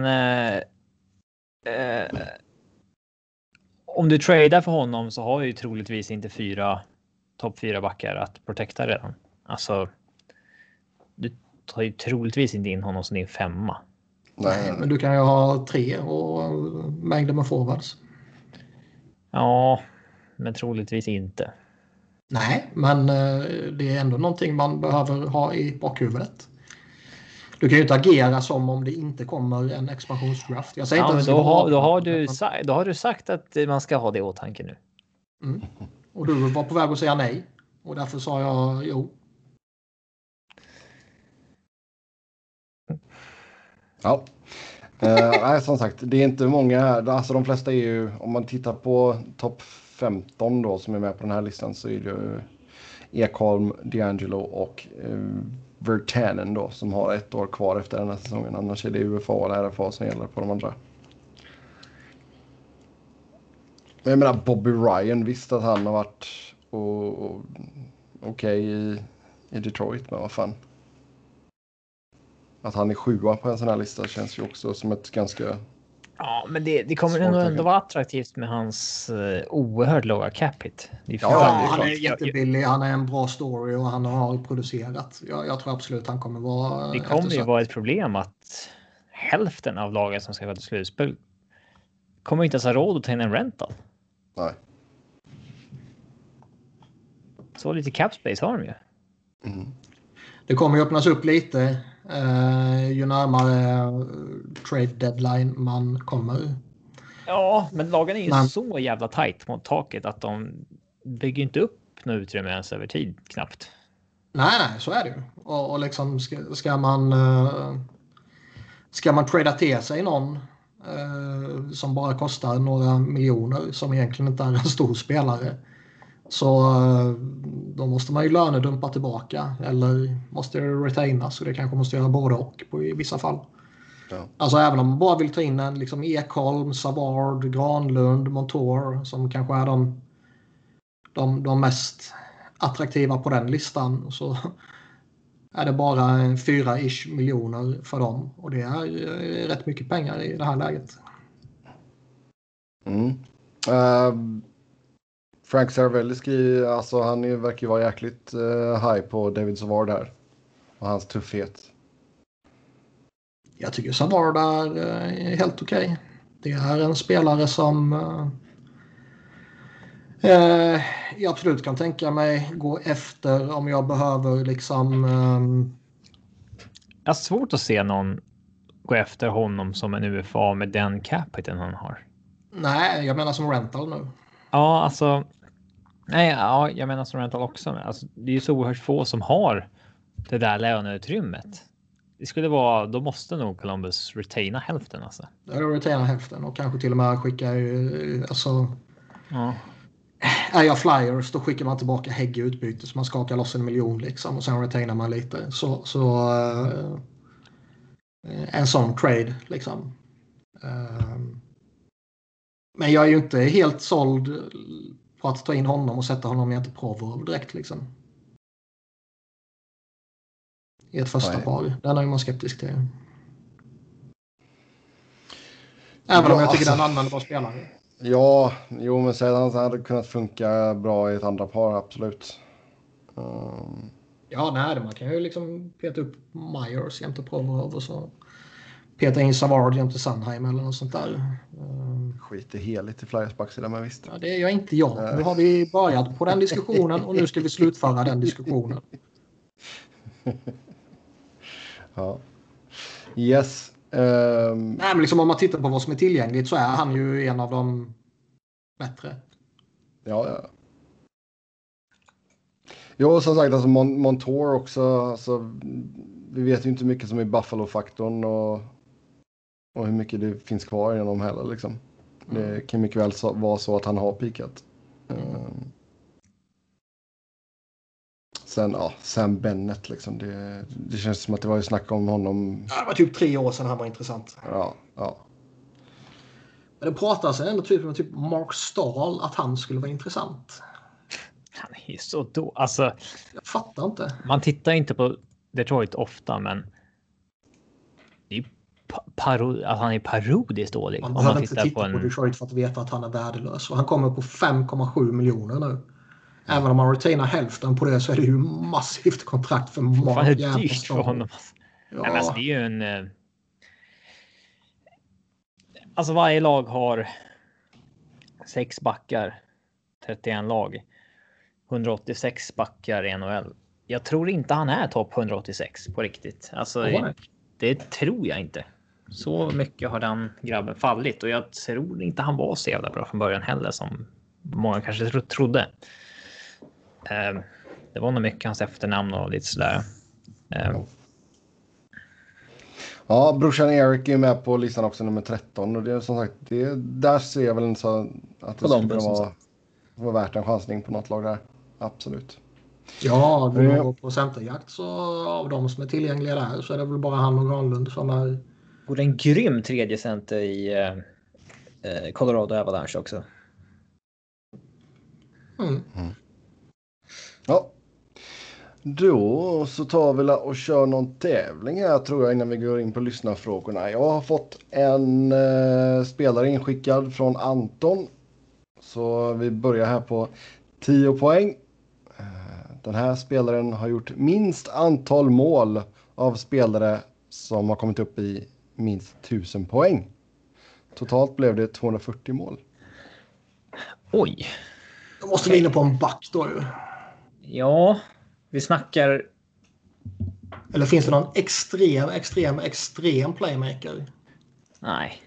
om du tradar för honom så har du ju troligtvis inte topp 4 backar att protecta redan. Alltså, du tar ju troligtvis inte in honom som din 5. Nej, men du kan ju ha 3 och mängder med forwards. Ja, men troligtvis inte. Nej, men det är ändå någonting man behöver ha i bakhuvudet. Du kan ju inte agera som om det inte kommer en expansionsdraft. Jag säger inte men att då har du sagt att man ska ha det i åtanke nu. Mm. Och du var på väg att säga nej. Och därför sa jag jo. Ja. Nej, som sagt, det är inte många här. Alltså de flesta är ju, om man tittar på topp 15 då som är med på den här listan så är det Ekholm, DeAngelo och Virtanen då som har 1 år kvar efter den här säsongen. Annars är det UFA eller RFA som gäller på de andra. Men jag menar Bobby Ryan, visst att han har varit okej i Detroit, men vad fan. Att han är 7 på en sån här lista känns ju också som ett ganska... Ja, men det kommer ändå vara attraktivt med hans oerhört låga cap hit. Han är jättebillig, han är en bra story och han har producerat. Jag tror absolut han kommer vara... Det kommer ju vara ett problem att hälften av lagen som ska vara till slutspel kommer inte ens ha råd att ta in en rental. Nej. Så lite cap space har de ju. Mm. Det kommer ju öppnas upp lite ju närmare trade deadline man kommer. Ja, men lagen är ju så jävla tajt mot taket att de bygger inte upp något utrymme ens över tid knappt. Nej, så är det ju. Och liksom ska man trada till sig någon som bara kostar några miljoner som egentligen inte är en stor spelare, så då måste man ju lönedumpa tillbaka eller måste det retainas, så det kanske måste göra både och i vissa fall. Ja. Alltså även om man bara vill ta in en liksom Ekholm, Savard, Granlund, Montour som kanske är de mest attraktiva på den listan, så är det bara 4-ish miljoner för dem, och det är rätt mycket pengar i det här läget. Frank Saravelli skriver, alltså han verkar ju vara jäkligt high på David Savard här och hans tuffhet. Jag tycker Savard är helt okej. Det är en spelare som jag absolut kan tänka mig gå efter om jag behöver liksom... Jag har svårt att se någon gå efter honom som en UFA med den capiten han har. Nej, jag menar som rental nu. Ja, alltså... Nej, ja, jag menar som rental också. Alltså, det är ju så oerhört få som har det där löneutrymmet. Det skulle vara, då måste nog Columbus retaina hälften alltså. Ja, då retaina hälften och kanske till och med skicka alltså. Ja. Är jag Flyers då skickar man tillbaka Hägg i utbyte så man skakar loss 1 miljon liksom och sen retainar man lite. Så en sån trade liksom. Men jag är ju inte helt såld på att ta in honom och sätta honom i ett Provorov direkt liksom. I ett första par. Den är man skeptisk till. Även om jag tycker den använder spelare. Ja, jo men sedan hade det kunnat funka bra i ett andra par, absolut. Ja, nej, man kan ju liksom peta upp Myers jämte Provorov och så peta in Savard jämte Sandheim eller något sånt där. Skit i heligt i Flyers backsida, men visst. Ja, det gör inte jag. Nu har vi börjat på den diskussionen och nu ska vi slutföra den diskussionen. Ja. Yes. Nej, men liksom om man tittar på vad som är tillgängligt så är han ju en av de bättre. Ja. Jo, som sagt, alltså Montour också. Alltså, vi vet ju inte mycket som är Buffalo-faktorn och hur mycket det finns kvar i honom heller. Liksom. Det kan mycket väl vara så att han har pikat. Sen, Sam Bennett liksom. Det känns som att det var ju snack om honom. Ja, det var typ 3 år sedan han var intressant. Ja. Men det pratas ändå typ Mark Stahl att han skulle vara intressant. Han är ju så då. Alltså, jag fattar inte. Man tittar inte på Detroit ofta, men det är att han är parodiskt dålig. Man behöver inte titta på Detroit för att veta att han är värdelös. Och han kommer på 5,7 miljoner nu. Även om man retainar hälften på det så är det ju massivt kontrakt för Mark. Det är dyrt för honom. Ja. Nej, alltså, det är ju en... Alltså varje lag har 6 backar. 31 lag. 186 backar i NHL. Jag tror inte han är topp 186 på riktigt. Alltså, det tror jag inte. Så mycket har den grabben fallit. Och jag tror inte han var så jävla bra från början heller som många kanske trodde. Det var nog mycket hans efternamn och lite sådär. Ja, brorsan Eric är med på listan också, nummer 13. Och det är som sagt, där ser jag väl så att det skulle vara värt en chansning på något lag där. Absolut. Ja, vi går på centerjakt så av de som är tillgängliga där så är det väl bara han och Granlund som är... Och en grym tredje center i Colorado Avalanche också. Ja. Då så tar vi och kör någon tävling här tror jag innan vi går in på lyssnarfrågorna. Jag har fått en spelare inskickad från Anton. Så vi börjar här på 10 poäng. Den här spelaren har gjort minst antal mål av spelare som har kommit upp i minst 1000 poäng. Totalt blev det 240 mål. Oj. Då måste vi inne på en back då ju. Ja, vi snackar... Eller finns det någon extrem playmaker? Nej.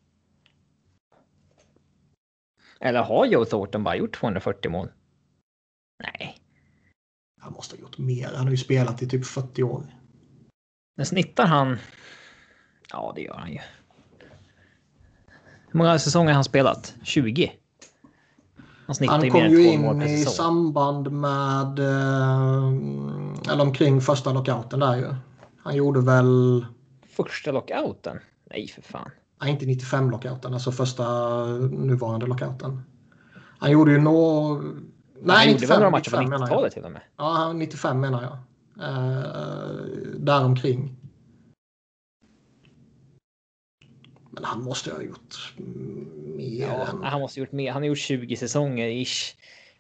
Eller har Joe Thornton bara gjort 240 mål? Nej. Han måste ha gjort mer. Han har ju spelat i typ 40 år. Men snittar han... Ja, det gör han ju. Hur många säsonger har han spelat? 20? Han kom ju in i samband med eller omkring första lockouten där ju. Han gjorde väl... Första lockouten? Nej, för fan. Nej, inte 95-lockouten. Alltså första nuvarande lockouten. Han gjorde ju Nej, han gjorde väl några matcher på 90-talet till och med. Ja, 95 menar jag. Däromkring. Men han måste ha gjort mer. Ja, han måste ha gjort mer. Han har gjort 20 säsonger ish.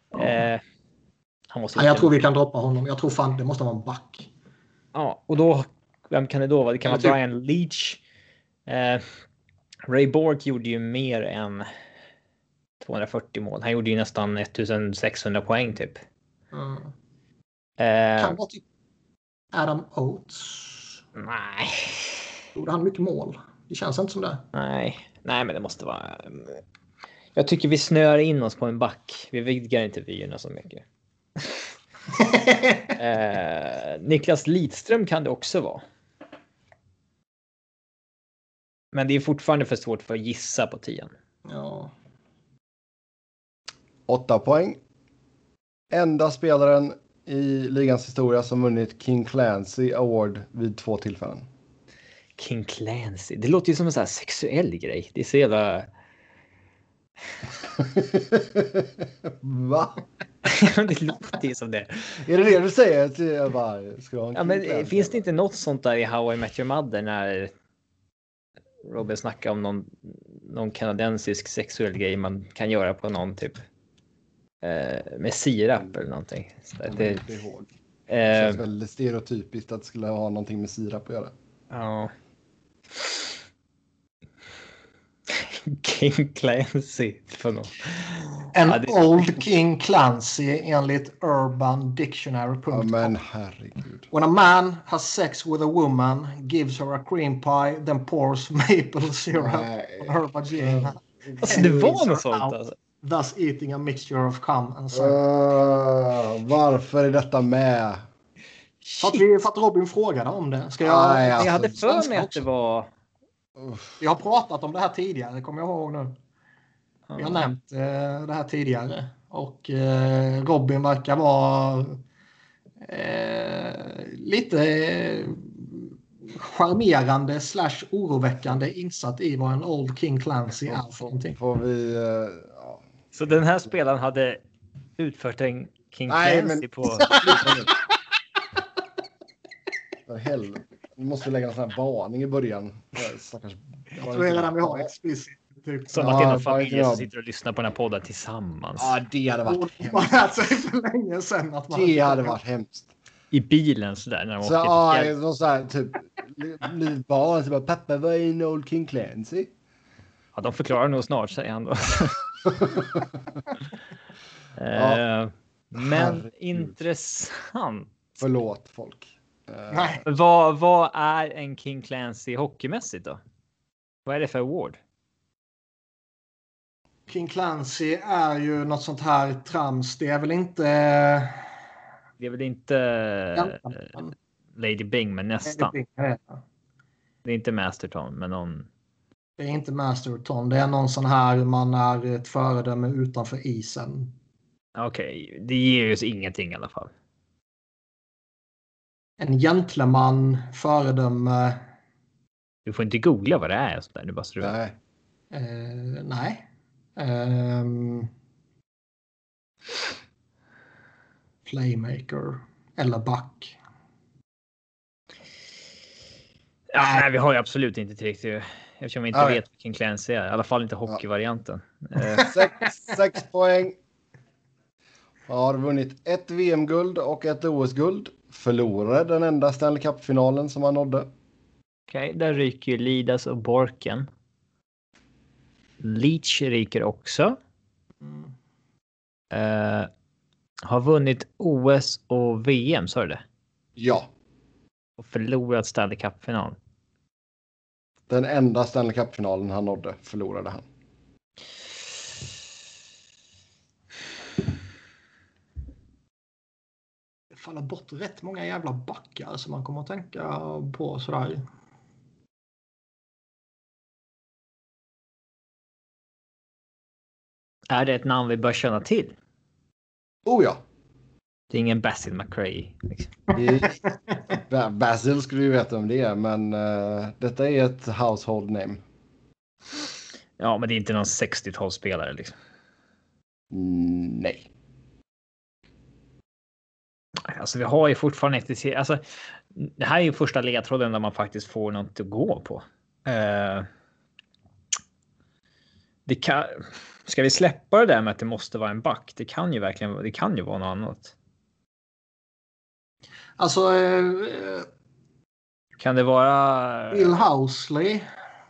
Jag tror vi kan droppa honom. Jag tror fan det måste vara en back. Ja, och då... Vem kan det då vara? Det kan vara Brian Leach. Ray Bork gjorde ju mer än 240 mål. Han gjorde ju nästan 1600 poäng typ. Kan vara typ Adam Oates. Nej. Gjorde han mycket mål? Det känns inte som det. Nej, men det måste vara... Jag tycker vi snör in oss på en back. Vi vidgar inte vyerna så mycket. Niklas Lidström kan det också vara. Men det är fortfarande för svårt för att gissa på 10. Ja. 8 poäng. Enda spelaren i ligans historia som vunnit King Clancy Award vid 2 tillfällen. King Clancy. Det låter ju som en sån här sexuell grej. Det är så jävla... Va? Det låter ju som det. Är det du säger? Jag bara, ska ha en Ja, King men Clancy, finns det inte något sånt där i How I Met Your Mother när Robin snackar om någon kanadensisk sexuell grej man kan göra på någon typ med sirap eller någonting. Så Jag det, kommer inte ihåg. Det känns väldigt stereotypiskt att det skulle ha någonting med sirap att göra. ja. King Clancy för något. Old King Clancy enligt Urban Dictionary. Ja, men herregud. When a man has sex with a woman, gives her a cream pie, then pours maple syrup on her vagina. Alltså det var något sånt alltså. Thus eating a mixture of cum and sex. Varför är detta med? För att Robin frågade om det. Ska jag... Nej, alltså, Jag hade för mig att det var... Vi har pratat om det här tidigare, kommer jag ihåg nu. Vi har nämnt det här tidigare. Och Robin verkar vara lite charmerande / oroväckande insatt i vad en Old King Clancy är för någonting. Får vi... ja. Så den här spelaren hade utfört en King Nej, Clancy men... på... För helvete. Nu måste vi lägga en sån här varning i början. Stackars... Jag tror redan vi har explicit. Typ. Som att det är någon familj som sitter och lyssnar på den här podden tillsammans. Ja, det hade varit hemskt. Man har lärt sig för länge sedan att man... Det hade varit hemskt. I bilen sådär när de Så åker någon så här typ litet barn så bara, pappa, vad är en Old King Clancy? Ja, de förklarar nog snart, säger han då. Ja. Men Herregud. Intressant. Förlåt folk. Nej. Vad är en King Clancy hockeymässigt då? Vad är det för award? King Clancy är ju något sånt här trams. Det är väl inte... Det är väl inte Lady Bing, men nästan. Det är inte Masterton, men någon... Det är inte Masterton. Det är någon sån här man är ett föredöme utanför isen. Okej, det ger ju oss ingenting i alla fall. En gentleman, föredöme. Du får inte googla vad det är. Så där. Nu bara Nej. Nej. Playmaker. Eller back. Ja, nej, vi har ju absolut inte tillräckligt. Eftersom vi inte vet vad King Clancy är. I alla fall inte hockeyvarianten. 6 poäng. Har vunnit ett VM-guld och ett OS-guld. Förlorade den enda Stanley Cup-finalen som han nådde. Okej, där ryker ju Lidas och Borken. Leach ryker också. Har vunnit OS och VM, sa du det? Ja. Och förlorat Stanley Cup-final. Den enda Stanley Cup-finalen han nådde förlorade han. Det faller bort rätt många jävla backar som man kommer att tänka på sådär. Är det ett namn vi bör känna till? Oh ja. Det är ingen Basil McRae. Liksom. Basil skulle ju veta om det är, men detta är ett household name. Ja, men det är inte någon 60-talsspelare liksom. Nej. Alltså vi har ju fortfarande inte... Alltså, det här är ju första ledtråden där man faktiskt får något att gå på. Det kan... Ska vi släppa det där med att det måste vara en back? Det kan ju verkligen... Det kan ju vara något annat. Alltså... Kan det vara... Bill Housley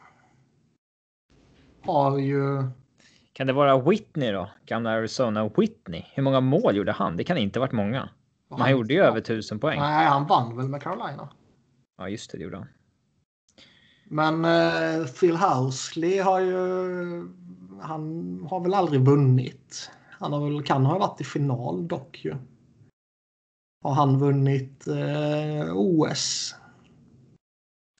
har ju... Kan det vara Whitney då? Gamla Arizona Whitney. Hur många mål gjorde han? Det kan inte varit många. Men han gjorde ju över 1000 poäng. Nej, han vann väl med Carolina. Ja, just det, det gjorde han. Men Phil Housley har ju... Han har väl aldrig vunnit. Han har väl, kan ha varit i final dock ju. Har han vunnit OS?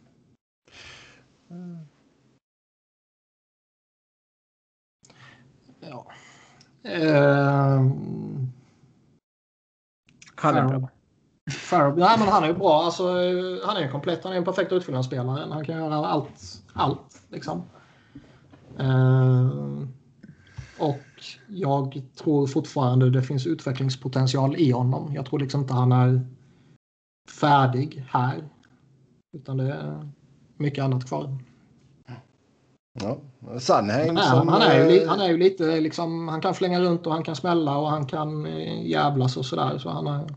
Han är bra. Nej, men han är ju bra. Alltså, han är ju komplett. Han är en perfekt utfyllnadsspelare. Han kan göra allt liksom. Och jag tror fortfarande det finns utvecklingspotential i honom. Jag tror liksom inte han är färdig här. Utan det är mycket annat kvar. Ja. Sanheim han är ju lite liksom, han kan flänga runt och han kan smälla och han kan jävlas och sådär. Så han är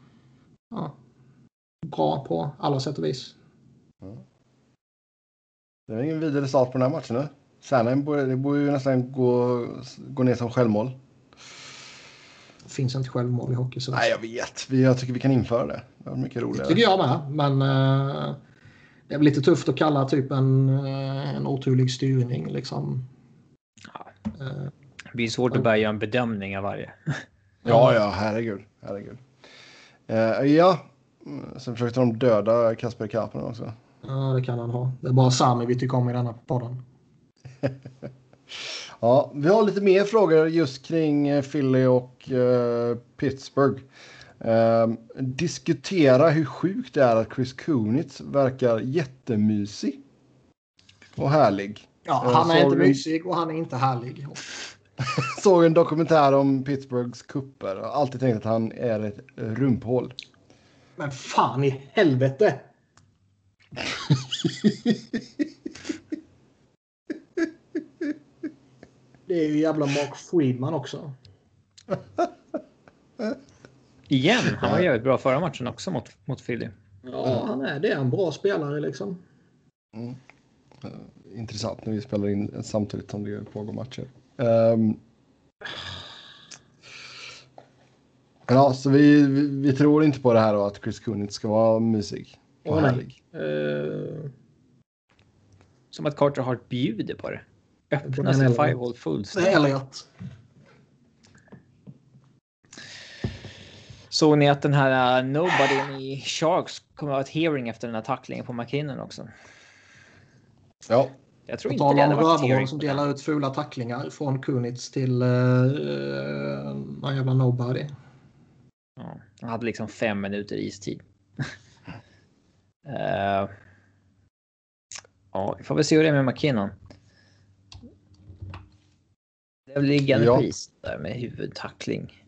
bra på alla sätt och vis. Ja. Det är ingen vidare start på den här matchen nu. Sanheim borde ju nästan gå ner som självmål. Det finns inte självmål i hockey. Så Nej, jag vet. Jag tycker vi kan införa det. Det är mycket roligare. Det tycker jag med. Men det är väl lite tufft att kalla typ en oturlig styrning. Liksom. Ja. Det blir svårt att börja göra en bedömning av varje. Ja, herregud. Sen försökte de döda Kasper Kapanen också. Ja, det kan han ha. Det är bara Sami vi tycker om i denna podden. Ja, vi har lite mer frågor just kring Philly och Pittsburgh. Diskutera hur sjukt det är att Chris Kunitz verkar jättemysig och härlig. Ja, han är inte mysig och han är inte härlig. Såg en dokumentär om Pittsburghs kupper och alltid tänkt att han är ett rumphål. Men fan i helvete! Det är ju jävla Mark Friedman också. Igen, han var jävligt bra förra matchen också mot Philly. Ja, det är en bra spelare liksom. Intressant när vi spelar in samtidigt som det pågår matcher. Ja, så vi tror inte på det här då, att Chris Kunitz ska vara mysig och härlig. Som att Carter Hart bjuder på det. Öppna sig firewall fullt. Det är Elliot. Såg ni att den här nobody i Sharks kommer att ha ett hearing efter den här tacklingen på McKinnon också? Ja. Jag tror inte det hade varit hearing som delar ut fula tacklingar från Kunitz till någon jävla nobody. Ja, han hade liksom 5 minuter istid. Ja, vi får väl se hur det är med McKinnon. Det är väl liggande pris där med huvudtackling.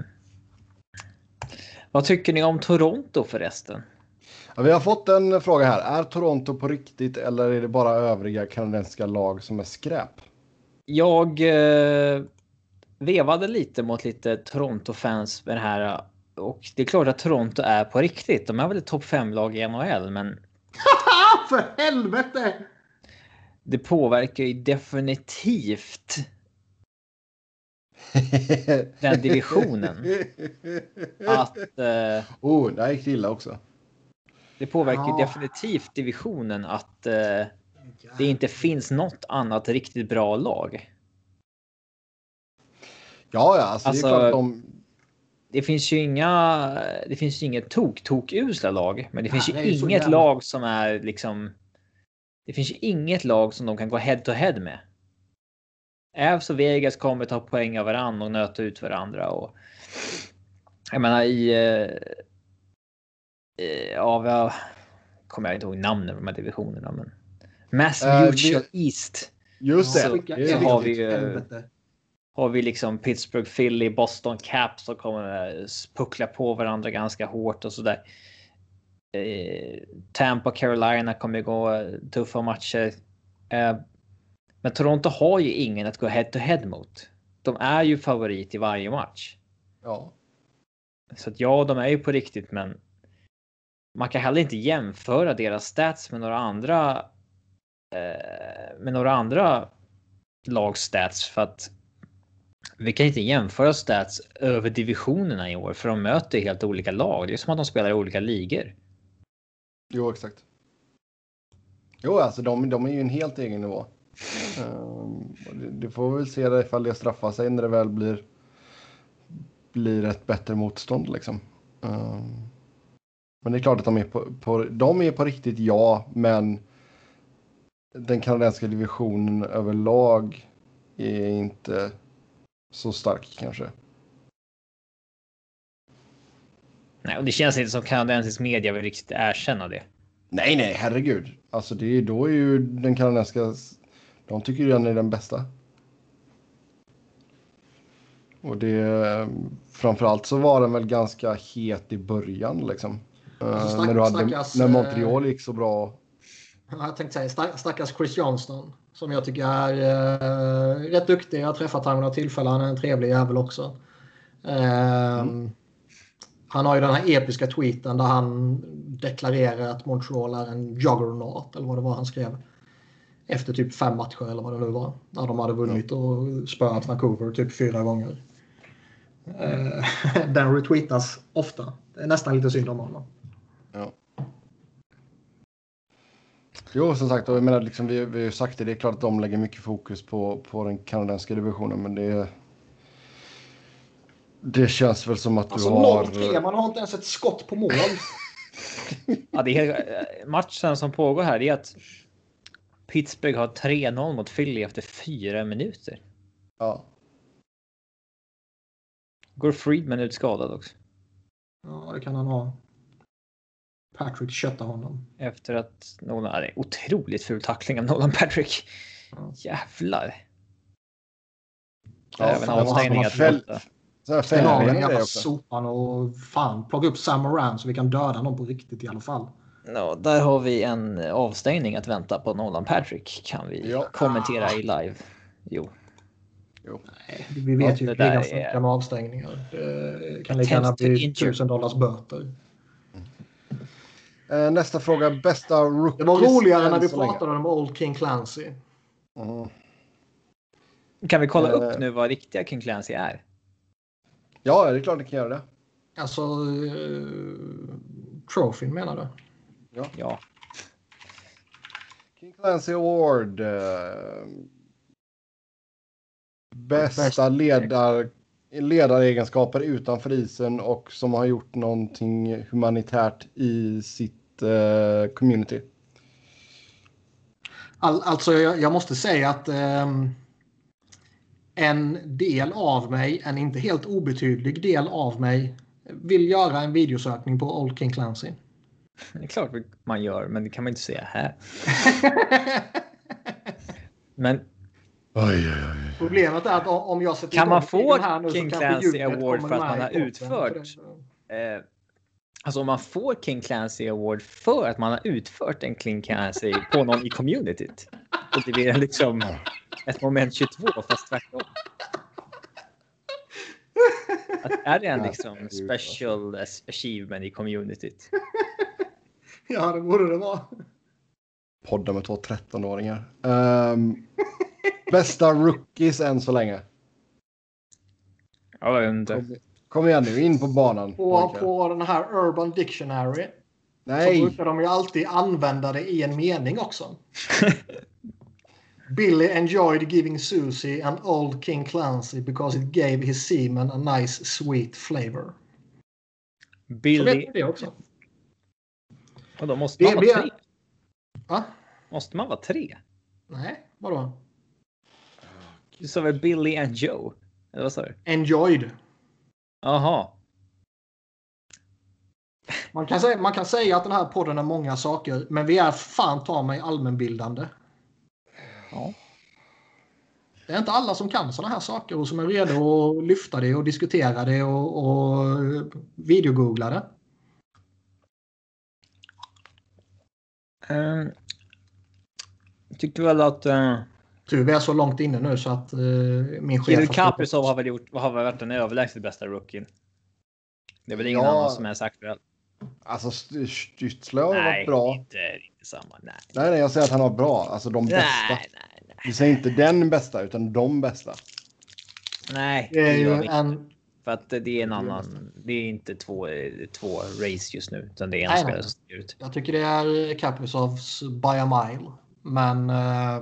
Vad tycker ni om Toronto förresten? Ja, vi har fått en fråga här. Är Toronto på riktigt eller är det bara övriga kanadensiska lag som är skräp? Jag vevade lite mot lite Toronto-fans med det här. Och det är klart att Toronto är på riktigt. De är väl ett topp 5-lag i NHL, men... För helvete! Det påverkar ju definitivt den divisionen. Att... där gick det illa också. Det påverkar definitivt divisionen att det inte finns något annat riktigt bra lag. Ja, alltså det är klart det finns ju inget tok-usla lag, men det finns ju inget lag som är liksom... Det finns ju inget lag som de kan gå head-to-head med. Avs och Vegas kommer ta poäng av varandra och nöta ut varandra. Och jag menar kommer jag inte ihåg namnen på de här divisionerna, men Mass Mutual East. Just det. Så har vi liksom Pittsburgh, Philly, Boston Caps som kommer puckla på varandra ganska hårt och sådär. Tampa, Carolina kommer gå tuffa matcher. Men Toronto har ju ingen att gå head-to-head mot. De är ju favorit i varje match. Ja. Så att de är ju på riktigt, men man kan heller inte jämföra deras stats med några andra lags stats, för att vi kan inte jämföra stats över divisionerna i år, för de möter helt olika lag. Det är som att de spelar i olika ligor. Jo, exakt. Jo, alltså de är ju en helt egen nivå. Det får vi väl se ifall det straffar sig när det väl blir ett bättre motstånd liksom. Men det är klart att de är på riktigt, men den kanadensiska divisionen överlag är inte så stark kanske. Nej, och det känns inte som kanadensisk media vill riktigt erkänna det. Nej, herregud. Alltså då är ju den kanadensiska... De tycker ju den är den bästa. Och det... Framförallt så var den väl ganska het i början liksom. Alltså, när Montreal gick så bra. Jag tänkte säga stackars Chris Johnston. Som jag tycker är rätt duktig. Jag har träffat honom några tillfällen. Han är en trevlig jävel också. Han har ju den här episka tweeten där han deklarerar att Montreal är en juggernaut. Eller vad det var han skrev. Efter typ 5 matcher eller vad det nu var. När de hade vunnit och spöat Vancouver typ 4 gånger. Den retweetas ofta. Det är nästan lite synd om honom. Ja. Jo, som sagt, jag menar, liksom, vi har ju sagt det är klart att de lägger mycket fokus på den kanadensiska divisionen, men det känns väl som att alltså, du har... 0-3, man har inte ens ett skott på mål. Ja, det är matchen som pågår här, det är att Pittsburgh har 3-0 mot Philly efter 4 minuter. Ja. Går Friedman ut skadad också? Ja, det kan han ha. Patrick köttar honom. Efter att någon är otroligt ful tackling av Nolan Patrick. Jävlar. Ja, även avstängning att jävla sopan och fan plocka upp Sam Moran så vi kan döda någon på riktigt i alla fall. Ja, där har vi en avstängning att vänta på Nolan Patrick. Kan vi kommentera i live? Jo. Nej, vi vet ju hur det funkar med avstängningar. Det kan lika gärna bli $1000 böter. Nästa fråga, bästa rookies. Det var roligare när vi pratade om Old King Clancy. Kan vi kolla upp nu vad riktiga King Clancy är? Ja, det är klart det kan göra det. Alltså, trofin menar du? Ja. King Clancy Award. Bästa ledaregenskaper utanför isen och som har gjort någonting humanitärt i sitt community. Alltså jag måste säga att en del av mig, en inte helt obetydlig del av mig, vill göra en videosökning på Old King Clancy. Det är klart man gör, men det kan man inte säga här. Men problemet är att om jag sätter kan man få här nu, King Clancy Award för att man har utfört alltså om man får King Clancy Award för att man har utfört en King Clancy på någon i communityt, och det blir liksom ett moment 22 fast tvärtom. Att är det en liksom special achievement i communityt? Ja, det borde det vara. Podda med 2 13-åringar. Bästa rookies än så länge. Ja, jag vet inte. Kom igen nu, in på banan. På den här Urban Dictionary. Nej. Så brukar de ju alltid använda det i en mening också. Billy enjoyed giving Susie an Old King Clancy because it gave his semen a nice sweet flavor. Billy... Så vet det också. Och då måste man vara 3. Va? Måste man vara 3? Nej, vadå? Du sa väl Billy and Joe? Eller vad sa du? Enjoyed. Aha. Man kan säga att den här podden är många saker, men vi är fan ta mig allmänbildande. Ja. Det är inte alla som kan såna här saker och som är redo att lyfta det och diskutera det och videogoogla det. Tyckte väl att vi är så långt inne nu så att min chef... Kirill Kaprizov har väl varit den överlägset bästa rookien. Det är väl ingen annan som är sagt väl. Alltså Stützle har varit bra. Inte samma. Nej, jag säger att han var bra. Alltså de bästa. Nej. Vi säger inte den bästa utan de bästa. Nej, det är ju en... För att det är en annan. Det är inte två race just nu, utan det är en spelare som stiger ut. Jag tycker det är Kaprizovs by a mile. Men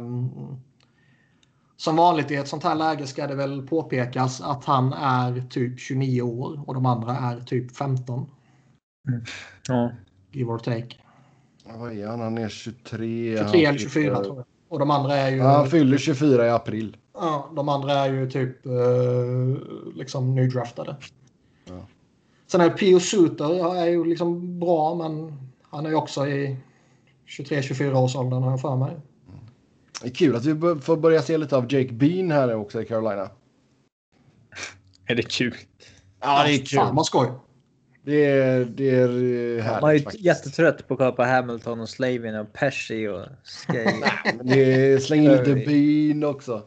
som vanligt i ett sånt här läge ska det väl påpekas att han är typ 29 år och de andra är typ 15. Ja. Give or take. Vad är han? Han är 23. 23 eller 24 tror jag. Och de andra är ju... Han fyller 24 i april. Ja, de andra är ju typ liksom nydraftade. Ja. Sen är Pio Suter är ju liksom bra, men han är ju också i 23-24 års åldern har jag för mig. Det är kul att vi får börja se lite av Jake Bean här också i Carolina. Är det kul? Ja, det är kul. Fan vad skoj. Det är härligt Man är ju faktiskt. jättetrött på att kolla på Hamilton och Slavin och Pesci och Skay. Men det slänger lite Bean också.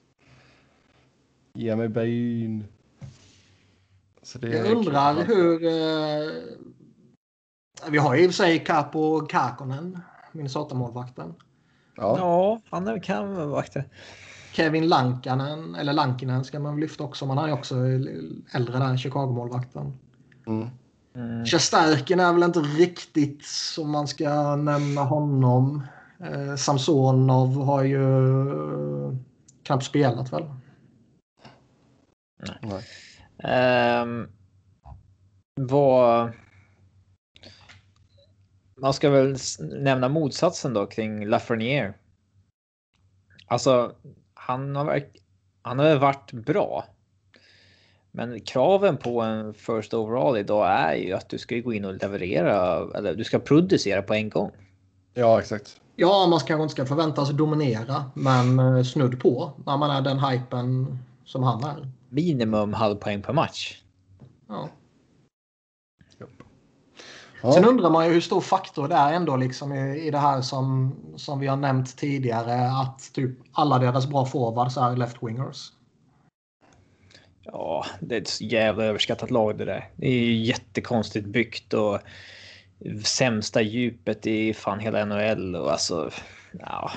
Ge mig Bean. Så det Jag undrar hur... vi har ju i och för sig Capo Kakkonen, Minnesota-målvakten. Ja, han är kan-vakter. Kevin Lankinen, eller Lankinen ska man lyfta också. Man har ju också äldre där, Chicago-målvakten. Shesterkin är väl inte riktigt som man ska nämna honom. Samsonov har ju knappt spelat väl. Nej. Vad... Man ska väl nämna motsatsen då kring Lafreniere. Alltså, han har varit bra. Men kraven på en first overall idag är ju att du ska gå in och leverera, eller du ska producera på en gång. Ja, exakt. Ja, man kanske inte ska förvänta sig dominera, men snudd på när man är den hypen som han är. Minimum halvpoäng per match. Ja. Ja. Sen undrar man ju hur stor faktor det är ändå liksom i det här som vi har nämnt tidigare, att typ alla deras bra forwards är left-wingers. Ja, det är ett så jävla överskattat lag det där. Det är ju jättekonstigt byggt och sämsta djupet i fan hela NHL och alltså, ja.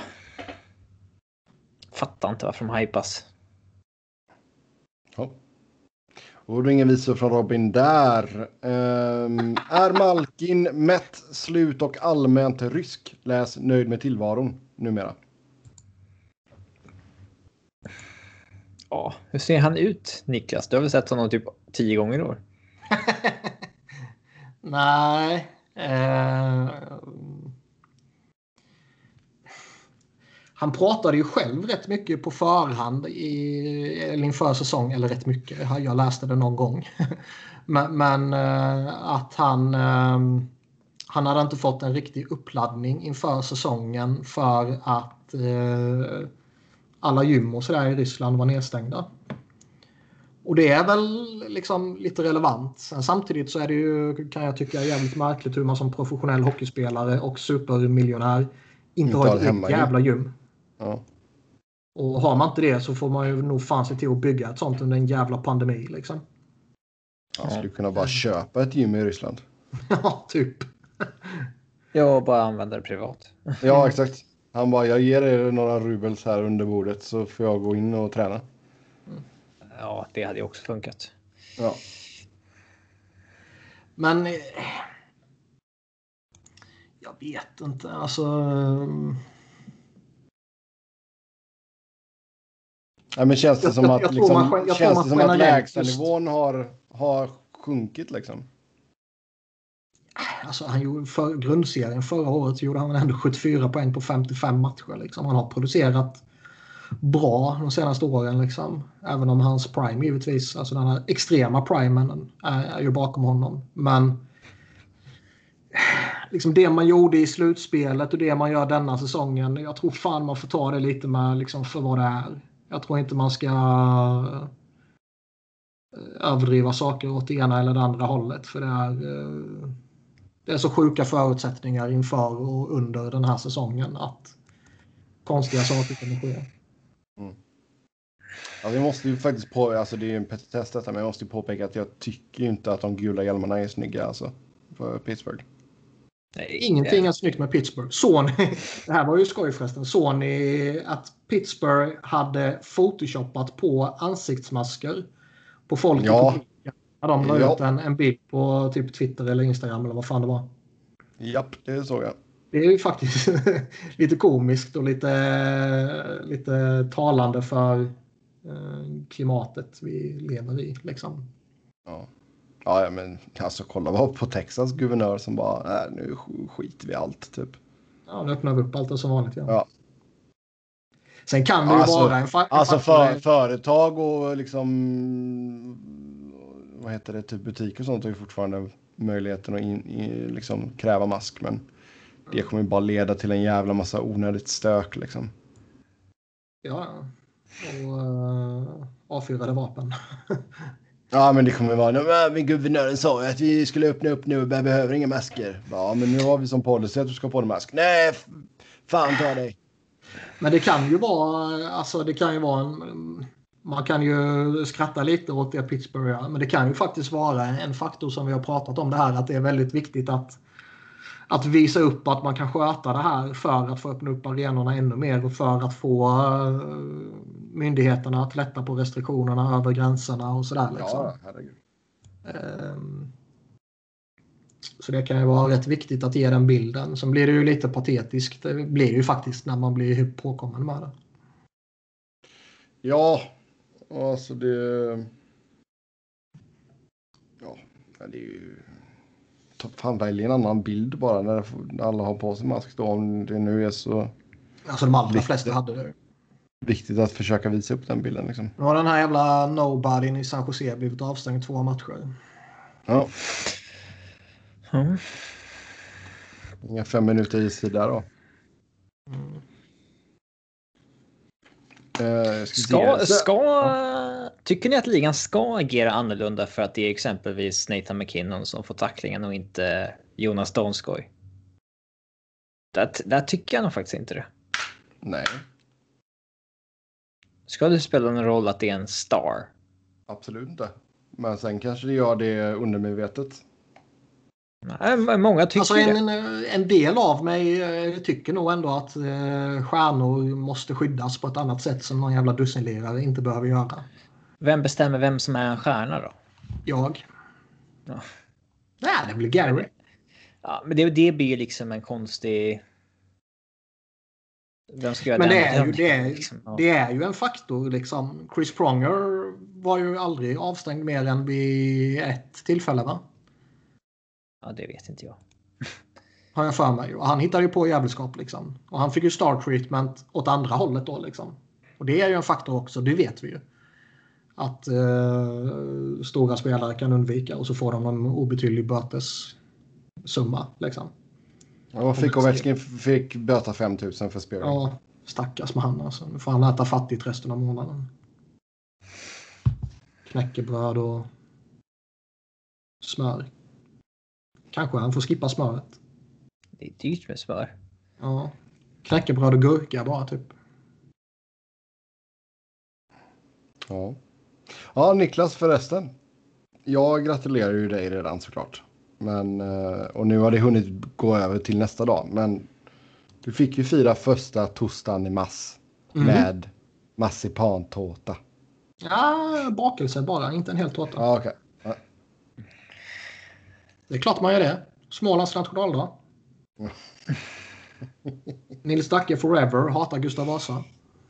Fattar inte varför de hypas. Ja. Och då ingen visor från Robin där. Är Malkin mätt, slut och allmänt rysk? Läs nöjd med tillvaron numera. Ja, hur ser han ut, Niklas? Du har väl sett honom typ 10 gånger i år? Nej. Han pratade ju själv rätt mycket på förhand inför säsong, eller rätt mycket. Jag läste det någon gång. men att han hade inte fått en riktig uppladdning inför säsongen för att alla gym och sådär i Ryssland var nedstängda. Och det är väl liksom lite relevant. Sen samtidigt så är det ju, kan jag tycka, jävligt märkligt hur man som professionell hockeyspelare och supermiljonär inte har ett jävla gym. Ja. Och har man inte det så får man ju nog fan se till att bygga ett sånt under en jävla pandemi liksom. Han skulle kunna bara köpa ett gym i Ryssland. Ja, typ. Jag bara använder det privat. Ja, exakt. Han bara, jag ger er några rubels här under bordet så får jag gå in och träna. Ja, det hade ju också funkat. Ja. Men jag vet inte, alltså. Ja, men känns det som att lägstanivån har sjunkit liksom? Alltså han gjorde för grundserien förra året gjorde han ändå 74 poäng på 55 matcher liksom. Han har producerat bra de senaste åren liksom. Även om hans prime givetvis, alltså den här extrema primen är ju bakom honom. Men liksom det man gjorde i slutspelet och det man gör denna säsongen, jag tror fan man får ta det lite med liksom för vad det är. Jag tror inte man ska överdriva saker åt det ena eller det andra hållet, för det är så sjuka förutsättningar inför och under den här säsongen att konstiga saker kan ske. Ja, vi måste ju faktiskt alltså det är ju en petitess detta, men jag måste ju påpeka att jag tycker inte att de gula hjälmarna är snygga alltså för Pittsburgh. Nej, ingenting är snyggt med Pittsburgh. Det här var ju skoj förresten. Såg ni att Pittsburgh hade photoshoppat på ansiktsmasker på folk i publiken? De la ut en bild på typ Twitter eller Instagram eller vad fan det var. Japp, det såg jag. Det är ju faktiskt lite komiskt och lite talande för klimatet vi lever i liksom. Ja, men alltså kolla bara på Texas guvernör som bara, nu skiter vi allt typ. Ja, nu öppnar vi upp allt som vanligt. Ja. Sen kan det ju vara en faktor. Företag och liksom, vad heter det, typ butik och sånt har ju fortfarande möjligheten att liksom kräva mask, men det kommer ju bara leda till en jävla massa onödigt stök liksom. Ja, och avfyrade vapen. Ja, men det kommer vara, men guvernören sa ju att vi skulle öppna upp nu och behöver inga masker. Ja, men nu har vi som policy att du ska på en mask. Nej, fan ta dig. Men det kan ju vara, alltså det kan ju vara man kan ju skratta lite åt det Pittsburgh gör, men det kan ju faktiskt vara en faktor som vi har pratat om det här, att det är väldigt viktigt att visa upp att man kan sköta det här för att få öppna upp arenorna ännu mer och för att få myndigheterna att lätta på restriktionerna över gränserna och sådär. Liksom. Ja, herregud. Så det kan ju vara rätt viktigt att ge den bilden. Sen blir det ju lite patetiskt. Det blir det ju faktiskt när man blir påkommen med det. Ja, alltså det... Ja, det är ju... Fan, välj en annan bild bara när alla har på sig mask då, om det nu är så... Alltså de allra flesta hade det. Viktigt att försöka visa upp den bilden liksom. Nu har den här jävla nobodyn i San Jose blivit avstängd 2 matcher. Ja. Inga 5 minuter i sida då. Tycker ni att ligan ska agera annorlunda för att det är exempelvis Nathan McKinnon som får tacklingen och inte Jonas Donskoj? Där tycker jag nog faktiskt inte det. Nej. Ska det spela någon roll att det är en star? Absolut inte. Men sen kanske det gör det undermedvetet. Nej, många tycker alltså en del av mig tycker nog ändå att stjärnor måste skyddas på ett annat sätt som någon jävla dussinlirare inte behöver göra. Vem bestämmer vem som är en stjärna då? Jag. Ja. Nej, det blir Gary. Ja, men det blir ju liksom en konstig... Vem ska göra men den? Det är ju en faktor liksom. Chris Pronger var ju aldrig avstängd mer än vid ett tillfälle, va? Ja, det vet inte jag. Har jag för mig. Och han hittade ju på jävelskap liksom. Och han fick ju star treatment åt andra hållet då liksom. Och det är ju en faktor också, det vet vi ju. Att stora spelare kan undvika och så får de en obetydlig bötessumma liksom. Ja, Ovechkin fick böta 5 000 för spelare. Ja, stackars med han alltså. Nu får han äta fattigt resten av månaden. Knäckebröd och smör. Kanske han får skippa smöret. Det är dyrt med smör. Ja. Knäckebröd och gurka bara typ. Ja. Ja, Niklas förresten. Jag gratulerar ju dig redan såklart. Men, och nu har det hunnit gå över till nästa dag. Men du fick ju fira första torsdagen i mars med marsipantårta. Ja, bakelse bara, inte en hel tårta. Ja, okej. Ja. Det är klart man gör det. Smålands nationaldag. Nils Dacke forever, hatar Gustav Vasa.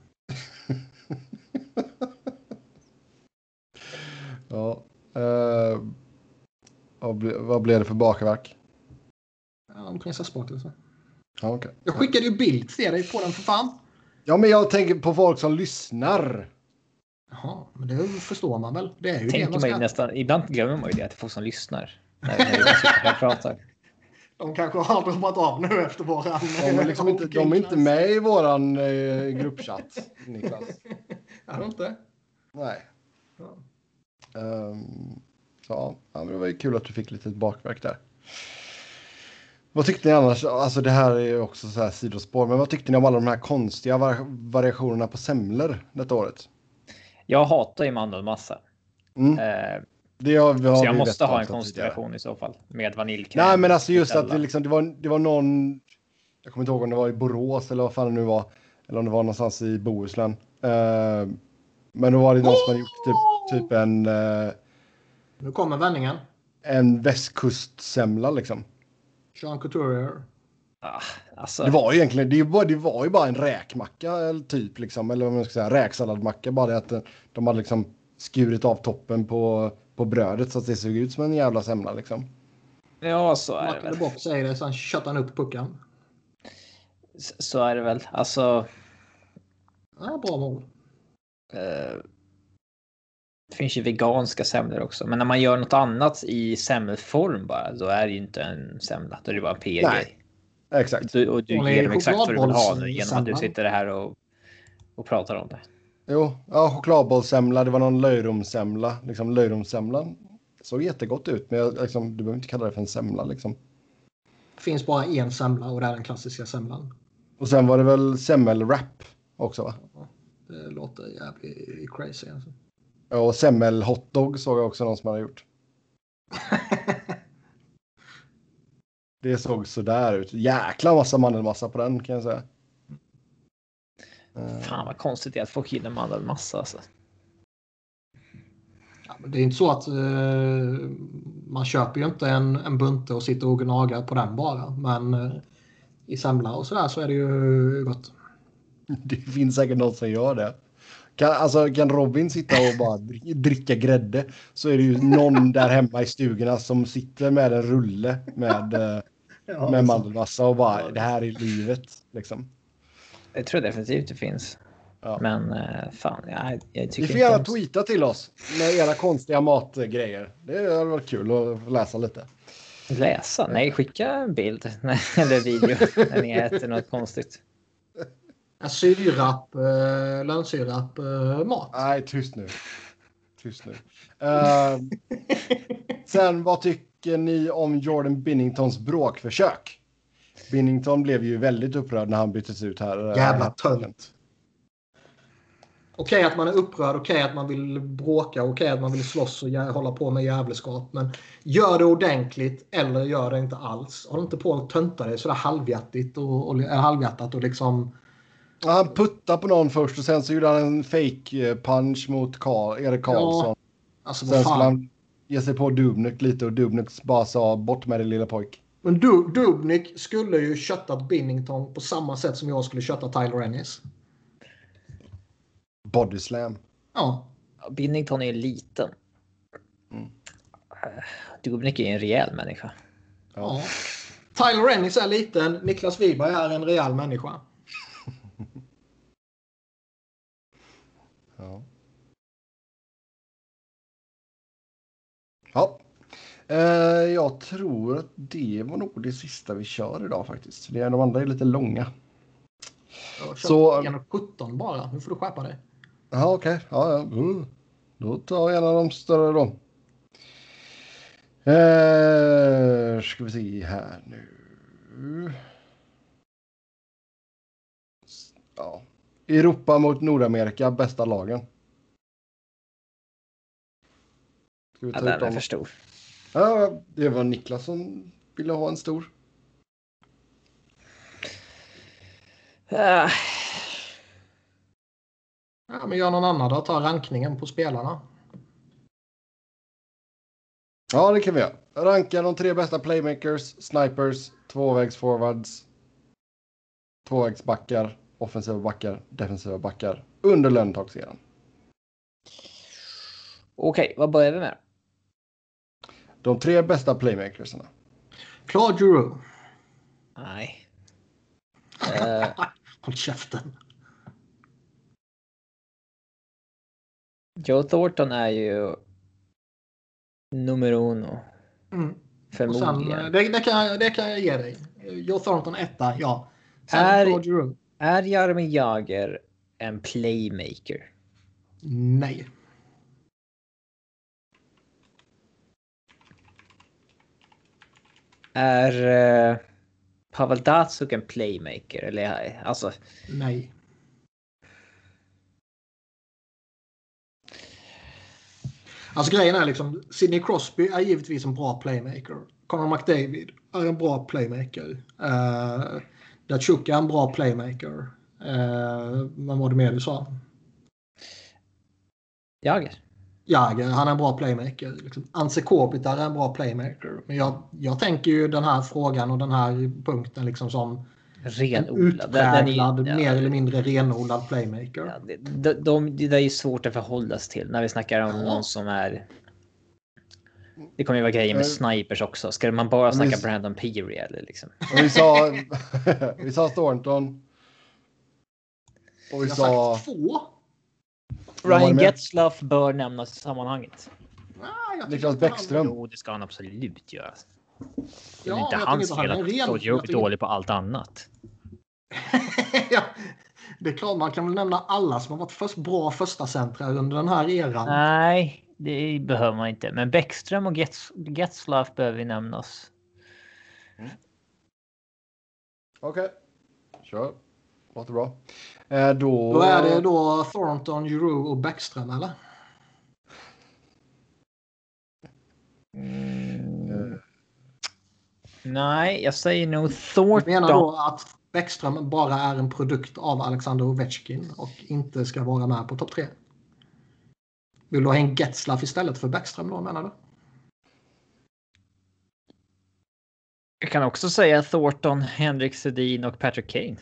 Ja. Vad blev det för bakverk? Ja, en prinsessbakelse. Ja, okay. Jag skickade ju bild till dig på den för fan. Ja, men jag tänker på folk som lyssnar. Jaha, men det förstår man väl. Det är ju tänker det man ska... nästan, ibland glömmer man ju det att det är folk som lyssnar. När jag pratar. De kanske har drömmat av nu efter våran... De är inte med i våran gruppchatt, Niklas. Är de inte? Nej. Ja. Ja, men det var ju kul att du fick lite bakverk där. Vad tyckte ni annars? Alltså det här är ju också så här sidospår. Men vad tyckte ni om alla de här konstiga variationerna på semlor detta året? Jag hatar ju mandelmassa. Så jag måste ha en konstellation i så fall. Med vaniljkräm. Nej, men alltså just att det var någon... Jag kommer inte ihåg om det var i Borås eller vad fan det nu var. Eller om det var någonstans i Bohuslän. Men då var det någon som hade gjort typ en... Nu kommer vändningen. En västkustsemla liksom. Jean Couturier. Alltså. Det var ju egentligen det var ju bara en räkmacka eller typ liksom, eller vad man ska säga, räksalladmacka, bara det att de hade liksom skurit av toppen på brödet så att det såg ut som en jävla semla liksom. Ja, så är det väl. Bort säger det, så han köttar upp puckan. Så är det väl. Alltså Ja, bra mål. Det finns ju veganska semlor också. Men när man gör något annat i semmelform bara, då är det ju inte en semla. Då är det bara en PG. Nej, exakt. Och du ger dem exakt vad du vill ha nu genom att du sitter här och pratar om det. Jo, ja, chokladbollsemla, det var någon löjromsemla. Liksom löjromsemlan såg jättegott ut, men liksom, du behöver inte kalla det för en semla. Liksom. Det finns bara en semla och det är den klassiska semlan. Och sen var det väl semmelwrap också, va? Ja, det låter jävligt crazy. Alltså. Ja, och semmelhotdog såg jag också någon som hade gjort. Det såg sådär ut. Jäkla massa mandelmassa på den, kan jag säga. Fan vad konstigt det är att folk gillar mandelmassa. Alltså. Ja, men det är inte så att man köper ju inte en bunte och sitter och gnagar på den bara. Men i semla och sådär så är det ju gott. Det finns säkert någon som gör det. Kan Robin sitta och bara dricka grädde, så är det ju någon där hemma i stugorna som sitter med en rulle med mandelmassa och bara, det här är livet. Liksom. Jag tror definitivt det finns. Ja. Men fan, jag tycker ni får gärna tweeta till oss med era konstiga matgrejer. Det hade varit kul att läsa lite. Läsa? Nej, skicka en bild eller video när ni äter något konstigt. Syrap, lönnsyrap, mat. Nej, tyst nu. Sen, vad tycker ni om Jordan Binningtons bråkförsök? Binnington blev ju väldigt upprörd när han byttes ut här. Jävla tönt. Okej att man är upprörd, okej att man vill bråka, okej att man vill slåss och hålla på med jävleskap. Men gör det ordentligt eller gör det inte alls. Har du inte på att tönta det sådär halvhjärtat och liksom... Ja, han puttade på någon först och sen så gjorde han en fake punch mot Erik Karlsson. Ja, alltså, sen skulle han ge sig på Dubnyk lite och Dubnyk bara sa bort med det lilla pojk. Men Dubnyk skulle ju köttat Binnington på samma sätt som jag skulle kötta Tyler Ennis. Body slam. Ja. Binnington är ju liten. Dubnyk är en rejäl människa. Ja. Tyler Ennis är liten. Niklas Wiberg är en rejäl människa. Ja. Ja. Jag tror att det var nog det sista vi kör idag faktiskt. De andra är lite långa. Så 1:17 bara. Nu får du skärpa dig. Ja, okej. Ja. Då tar jag gärna de större då. Ska vi se här nu. Ja. Europa mot Nordamerika, bästa lagen. Ska vi ta den är för stor. Ja, det var Niklas som ville ha en stor. Ja, men gör någon annan då. Ta rankningen på spelarna. Ja, det kan vi göra. Ranka de 3 bästa playmakers, snipers, tvåvägsforwards, tvåvägsbackar, offensiva backar, defensiva backar under lönetaksseran. Okej, vad börjar vi med? De 3 bästa playmakersarna. Claude Giroux. Nej. Håll käften. Joe Thornton är ju nummer 1. Förmodligen. Sen, det kan jag ge dig. Joe Thornton 1, ja. Sen Claude Giroux. Är Jaromir Jagr en playmaker? Nej. Är Pavel Datsyuk en playmaker? Eller, alltså... Nej. Alltså grejen är liksom, Sidney Crosby är givetvis en bra playmaker. Connor McDavid är en bra playmaker. Datsyuk är en bra playmaker. Vad var det mer du sa? Jagr, han är en bra playmaker. Liksom. Anse Kopitar är en bra playmaker. Men jag tänker ju den här frågan och den här punkten liksom som renodlad. Utpräglad, mer eller mindre renodlad playmaker. Ja, det är ju svårt att förhålla sig till när vi snackar om någon som är... Det kommer ju vara grejer med snipers också. Ska man bara snacka Brandon Peary eller liksom? Vi sa Thornton. Och vi Jag sa... har sagt 2. Ryan Getzlaf bör nämnas i sammanhanget. Niklas Bäckström. Jo, det ska han absolut göra. Det är Ja, inte jag hans tycker inte han fel är att ren. Claude är dålig på allt annat. Ja, det är klart man kan väl nämna alla som har varit bra första centra under den här eran. Nej, det behöver man inte. Men Bäckström och Getzlaf behöver vi nämnas. Okej. Kör. Låter bra. Då är det då Thornton, Giroux och Bäckström, eller? Nej, jag säger nog Thornton. Jag menar då att Bäckström bara är en produkt av Alexander Ovechkin och inte ska vara med på topp 3. Vill du ha en Getzlaf istället för Bäckström då, menar du? Jag kan också säga Thornton, Henrik Sedin och Patrick Kane.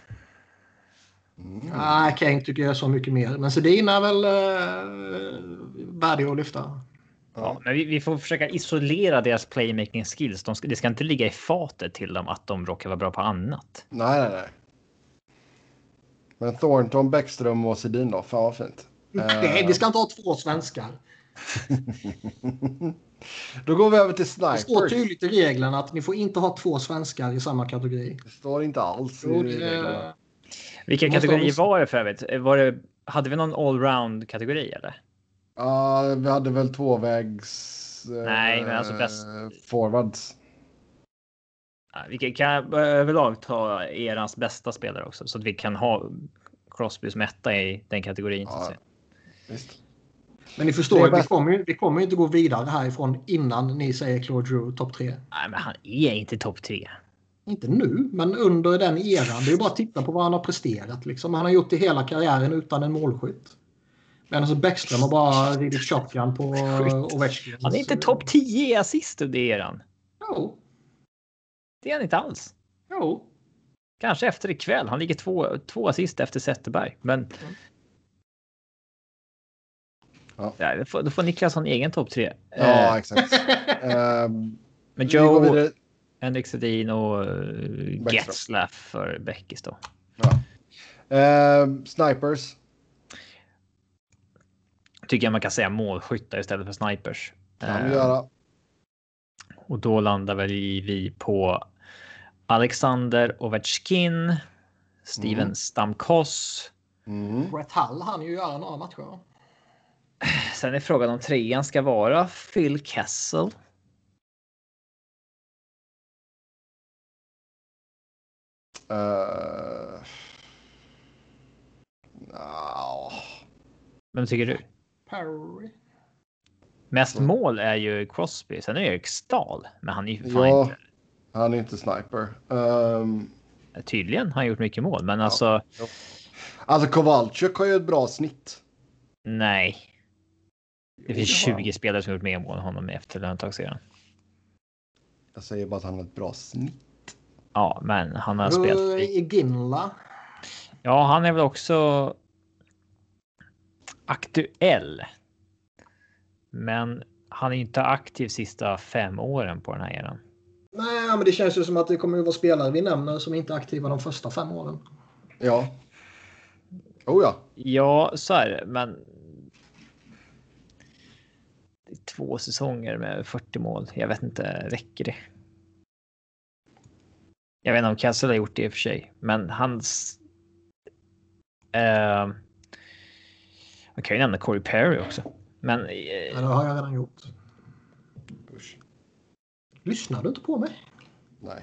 Nej, Kane tycker jag så mycket mer. Men Sedin är väl värdig att lyfta. Ja, men vi får försöka isolera deras playmaking skills. Det ska inte ligga i fatet till dem att de råkar vara bra på annat. Nej. Men Thornton, Bäckström och Sedin då. Fan vad fint. Nej, vi ska inte ha 2 svenskar. Då går vi över till Snipers. Det står tydligt i reglerna att ni får inte ha 2 svenskar i samma kategori. Det står inte alls i reglerna. Vilka kategorier var det för övrigt? Hade vi någon allround-kategori eller? Ja, vi hade väl tvåvägs... Nej, men alltså bäst... Forwards. Ja, vi kan överlag ta erans bästa spelare också. Så att vi kan ha Crosby som etta i den kategorin. Så att säga. Visst. Men ni förstår, vi kommer inte gå vidare härifrån innan ni säger Claude Giroux topp 3. Nej, men han är inte topp 3. Inte nu, men under den eran. Det är bara att titta på vad han har presterat. Liksom. Han har gjort det hela karriären utan en målskytt. Men alltså Bäckström har bara ridit shotgun på Ovechkin. Han är inte topp 10 i assist under eran. Jo. Det är han inte alls. Jo. Kanske efter ikväll. Han ligger två assist efter Zetterberg. Men... Ja. Ja, då får Niklas ha en egen topp 3. Ja, exakt. Men Joe, Henrik Sedin och Getzlaf för Bäckis då. Ja. Snipers. Tycker jag man kan säga målskyttar istället för snipers. Kan vi göra. Och då landar väl vi på Alexander Ovechkin, Steven Stamkos. Brett Hull han ju göra några matcher. Sen är frågan om 3:an ska vara Phil Kessel. Vem tycker du? Perry. Mest mål är ju Crosby. Sen är det Eric Stahl. Men han är ju fan inte... Han är inte sniper. Tydligen har han gjort mycket mål. Men alltså... Alltså Kowalczyk har ju ett bra snitt. Nej. Det finns 20 spelare som har gjort mer mål än honom efter löntagseran. Jag säger bara att han har ett bra snitt. Ja, men han har spelat... I Ginla. Ja, han är väl också aktuell. Men han är inte aktiv sista 5 åren på den här eran. Nej, men det känns ju som att det kommer att vara spelare vi nämner som inte är aktiva de första 5 åren. Ja. Oh ja. Ja, så är det. Men 2 säsonger med 40 mål. Jag vet inte, räcker det? Jag vet inte om Kessel har gjort det i och för sig. Men hans... man kan ju nämna Corey Perry också. Men... Ja, det har jag redan gjort. Usch. Lyssnar du inte på mig? Nej.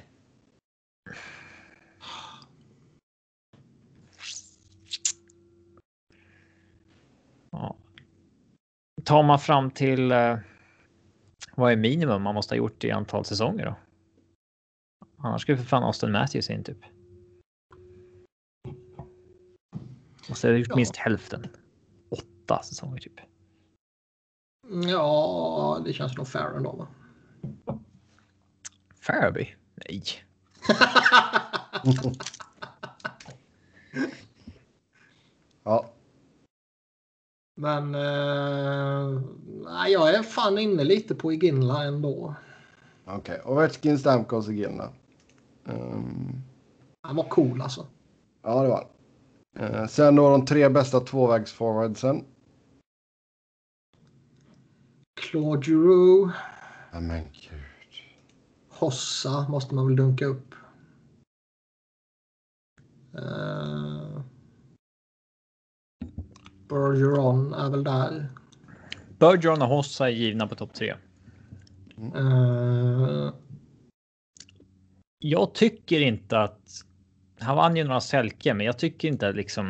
Ja. Tar man fram till vad är minimum man måste ha gjort i antal säsonger då? Annars skulle för fan Austin Matthews in typ. Måste ha gjort minst hälften. 8 säsonger typ. Ja, det känns nog fair ändå va? Farabee? Nej. Ja. Men jag är fan inne lite på Iginla ändå. Okej. Ovechkin, Stamkos och Ginla. Han var cool alltså. Ja, det var Sen då de 3 bästa tvåvägsforwardsen. Claude Giroux. Ja, men gud. Hossa måste man väl dunka upp. Bergeron är väl där. Bergeron och Hossa är givna på topp 3. Jag tycker inte att han vann ju några Selke, men jag tycker inte att liksom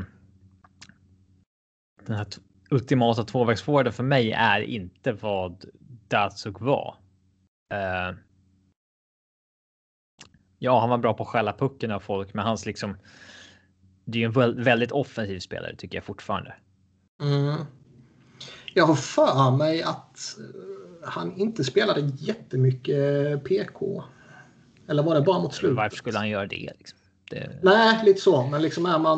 den här ultimata tvåvägsforwarden för mig är inte vad Datsuk var. Ja, han var bra på att skälla pucken av folk, men hans liksom. Det är ju en väldigt offensiv spelare tycker jag fortfarande. Jag har för mig att han inte spelade jättemycket PK. Eller var det bara mot slutet? Varför skulle han göra det? Liksom? Nej, lite så. Men liksom är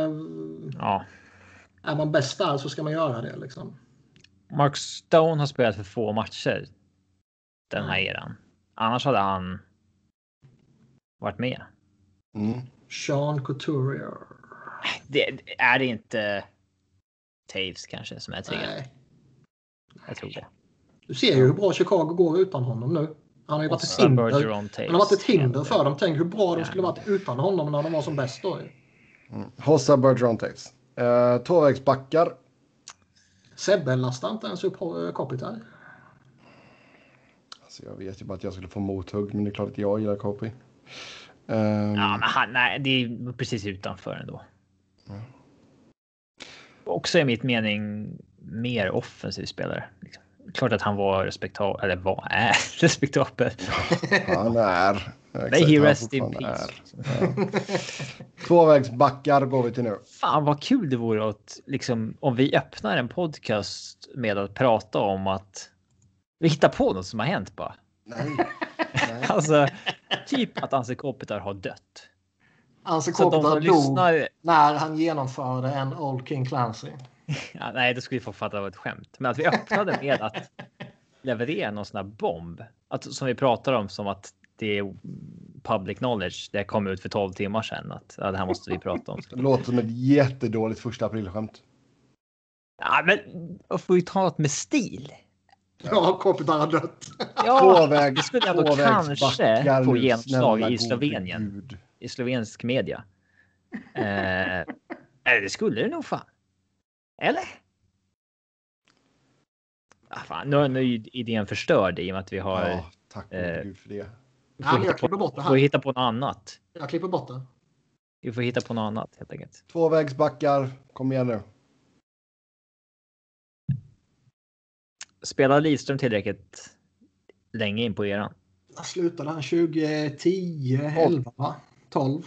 man bäst där så ska man göra det. Liksom. Mark Stone har spelat för få matcher den här eran. Annars hade han varit med. Sean Couturier. Det är det inte Taves kanske som är 3. Nej. Jag tror det. Du ser ju hur bra Chicago går utan honom nu. Han har ju varit ett hinder. Han har varit ett hinder för dem. Tänk hur bra de skulle varit utan honom när de var som bäst då. Hossa, Bergeron, Taves. Tvåvägsbackar. Sebbe lastar inte ens upp Kopitar. Alltså jag vet ju bara att jag skulle få mothugg, men det är klart att jag gillar Kopi. Ja, men nej, det är precis utanför ändå. Också i mitt mening mer offensiv spelare. Liksom. Klart att han var respektabel, eller vad är respektabel? Han är. May he rest in peace. Tvåvägsbackar går vi till nu. Fan vad kul det vore att liksom om vi öppnar en podcast med att prata om att vi hittar på något som har hänt bara. Nej. Alltså typ att Anse Kopitar har dött. Anse Kopitar dog när han genomförde en Old King Clancy. Ja, nej, det skulle vi få fatta var ett skämt. Men att vi öppnade med att leverera någon sån här bomb. Att, som vi pratar om som att det är public knowledge. Det kom ut för 12 timmar sedan. Att det här måste vi prata om. Det låter som ett jättedåligt första aprilskämt. Ja, men får vi ta något med stil? Ja, Kopitar har dött. Ja, det skulle jag då kanske få genomslag i Slovenien. Gud. I slovensk media. Det skulle det nog fan. Eller? Fan, nu är ju idén förstörd i och med att vi har... Ja, tack Gud för det. Jag klipper bort det här. Får hitta på något annat. Jag klipper bort det. Vi får hitta på något annat helt enkelt. Tvåvägsbackar, kom igen nu. Spelar Lidström tillräckligt länge in på eran? Jag slutade han 2010, 11, 12.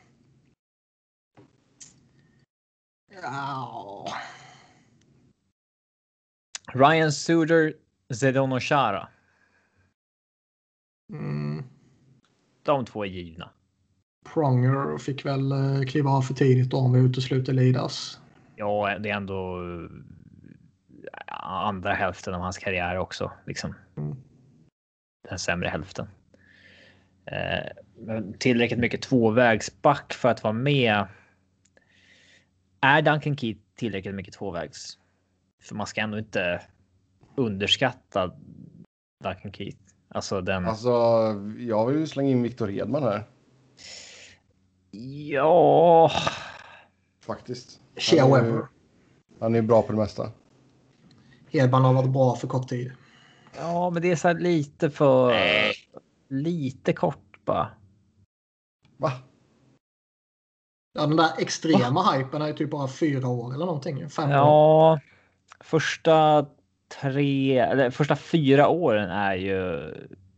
Ja. Ryan Suter, Zdeno Chara. De två är givna. Pronger fick väl kliva av för tidigt om vi utesluter Lidas. Ja, det är ändå andra hälften av hans karriär också. Liksom. Den sämre hälften. Men tillräckligt mycket tvåvägsback för att vara med. Är Duncan Keith tillräckligt mycket tvåvägs? För man ska ändå inte underskatta Duncan Keith. Alltså jag vill ju slänga in Victor Hedman här. Ja. Faktiskt. Han är bra på det mesta. Hedman har varit bra för kort tid. Ja, men det är så här lite för... Lite kort bara. Va? Ja, den där extrema hypen är ju typ bara 4 år eller någonting. 5 år. Ja, första 4 åren är ju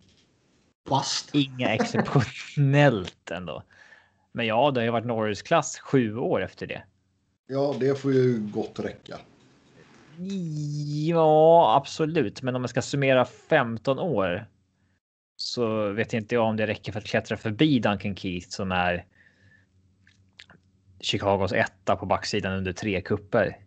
inga exceptionellt ändå. Men ja, det har ju varit Norris-klass 7 år efter det. Ja, det får ju gott räcka. Ja, absolut. Men om man ska summera 15 år så vet inte jag om det räcker för att klättra förbi Duncan Keith som är Chicagos etta på backsidan under 3 kupper.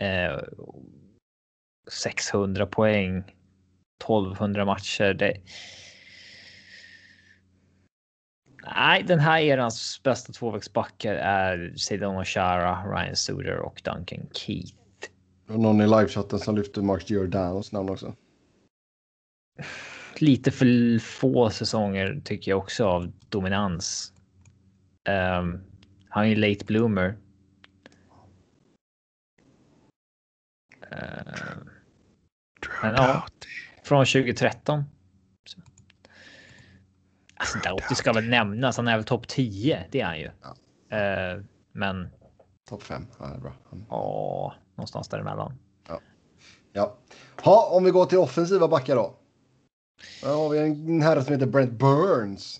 600 poäng, 1200 matcher. Nej, den här erans bästa tvåvägsbackar är Zdeno Chara, Ryan Suter och Duncan Keith. Och någon i livechatten som lyfter Mark Giordanos namn också. Lite för få säsonger tycker jag också av dominans. Han är ju late bloomer. Men ja, från 2013. Alltså Doughty ska väl nämnas. Han är väl topp 10. Det är han ju. Ja. Men. Topp 5. Ja, det är bra. Ja, någonstans däremellan. Ja. Ha, om vi går till offensiva backar då. Där har vi en herre som heter Brent Burns.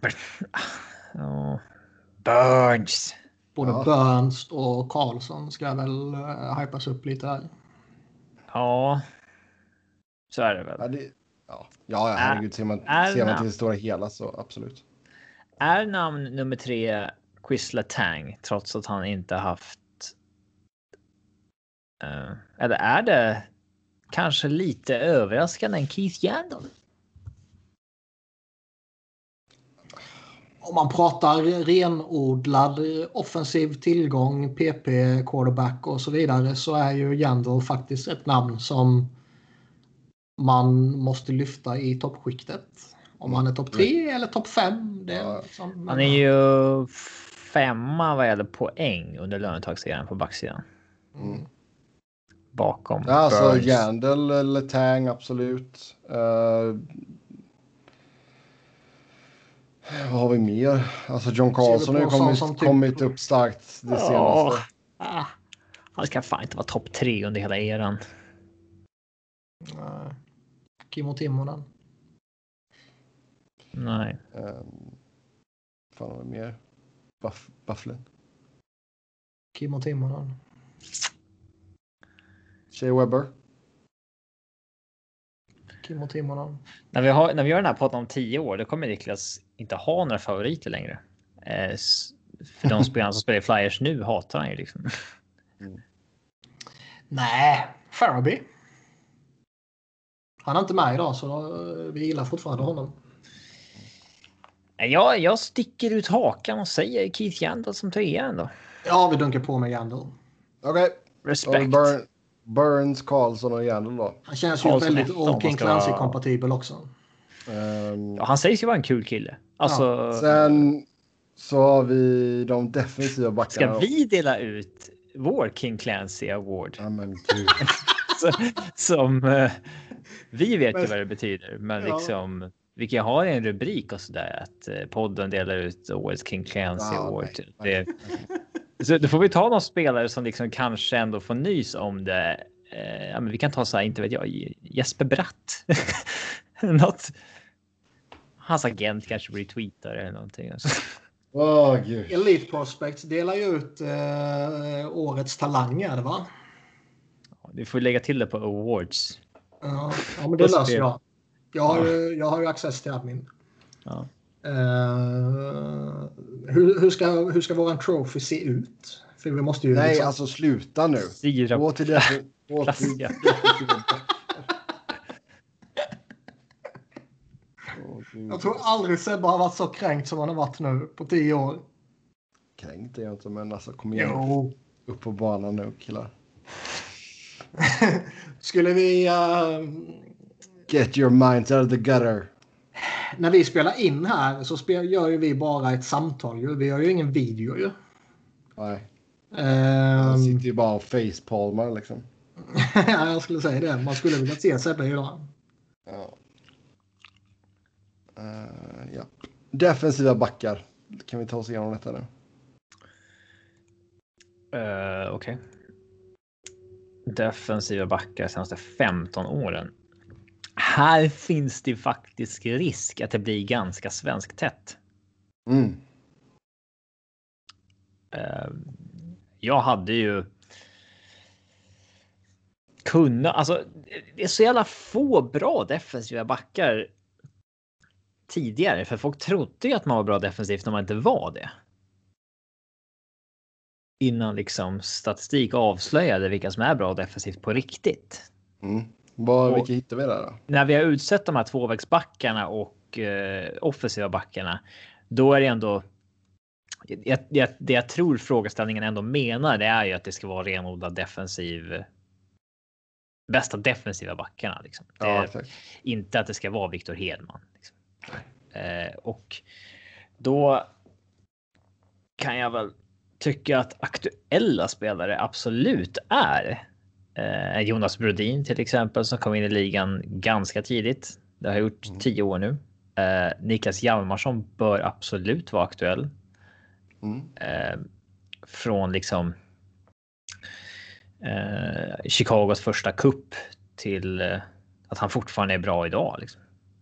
Burns. Både Burns och Karlsson ska väl hypas upp lite här. Ja. Så är det väl. Ja, herregud. Ser man till det stora hela så absolut. Är namn nummer 3 Chris Letang trots att han inte haft. Eller är det kanske lite överraskande än Keith Yandel? Om man pratar renodlad offensiv tillgång, PP, quarterback och så vidare så är ju Yandel faktiskt ett namn som man måste lyfta i toppskiktet. Om han är topp 3 eller topp 5. Han är ju 5:a vad gäller poäng under lönetagsserien på backsidan. Bakom Ja, alltså Burns. Yandel, Letang, absolut. Vad har vi mer? Alltså John Carlson har ju kommit upp starkt det senaste. Han ska fan inte vara topp 3 under hela eran. Kimmo Timonen. Nej. Fan har vi mer? Bufflin. Kimmo Timonen. Shea Weber. Kimmo Timonen. När vi gör den här podden om 10 år, då kommer Niklas inte ha några favoriter längre. För de spelarna som spelar i Flyers nu hatar han ju liksom. Nej, Farabee. Han är inte med idag så vi gillar fortfarande honom. Jag sticker ut hakan och säger Keith Yandel som 3 ändå. Ja, vi dunkar på med Yandel. Okej. Respekt. Burns, Karlsson och Yandel då. Han känns ju väldigt King Clancy-kompatibel också. Han sägs ju vara en kul kille. Alltså, sen så har vi de defensiva backarna. Ska vi dela ut vår King Clancy Award? Ja, men gud. som vi vet ju vad det betyder. Men liksom, vi kan ha en rubrik och sådär. Att podden delar ut årets King Clancy Award. Så då får vi ta någon spelare som liksom kanske ändå får nys om det. Men vi kan ta så här, inte vet jag, Jesper Bratt. Något. Hans agent kanske retweetar eller någonting. Gud. Elite Prospects delar ju ut årets talanger, va? Vi får lägga till det på awards. Ja, men det löser jag. Jag har ju access till admin. Ja. Hur ska våran trophy se ut? För vi måste ju Nej, alltså sluta nu. Gå till det. Jag tror aldrig Sebbe har varit så kränkt som han har varit nu på 10 år. Kränkt är jag inte, men alltså kom igen. Jo. Upp på banan nu, killar. Skulle vi... Get your minds out of the gutter. När vi spelar in här så gör ju vi bara ett samtal. Vi gör ju ingen video ju. Nej. Man sitter ju bara och facepalmar liksom. Ja, jag skulle säga det. Man skulle vilja se Sebbe idag. Ja. Ja. Defensiva backar. Kan vi ta oss igenom detta nu? Okej. Defensiva backar senaste 15 åren. Här finns det faktiskt risk att det blir ganska svenskt-tätt. Jag hade ju alltså det är så jävla få bra defensiva backar tidigare, för folk trodde ju att man var bra defensivt när man inte var det. Innan liksom statistik avslöjade vilka som är bra defensivt på riktigt. Vilka hittar vi där då? När vi har utsett de här tvåvägsbackarna och offensiva backarna, då är det ändå det jag tror frågeställningen ändå menar, det är ju att det ska vara renodlad bästa defensiva backarna liksom. Inte att det ska vara Victor Hedman liksom. Och då kan jag väl tycka att aktuella spelare absolut är Jonas Brodin till exempel, som kom in i ligan ganska tidigt. Det har gjort 10 år nu. Niklas Hjalmarsson bör absolut vara aktuell. Från liksom Chicagos första kupp till att han fortfarande är bra idag liksom.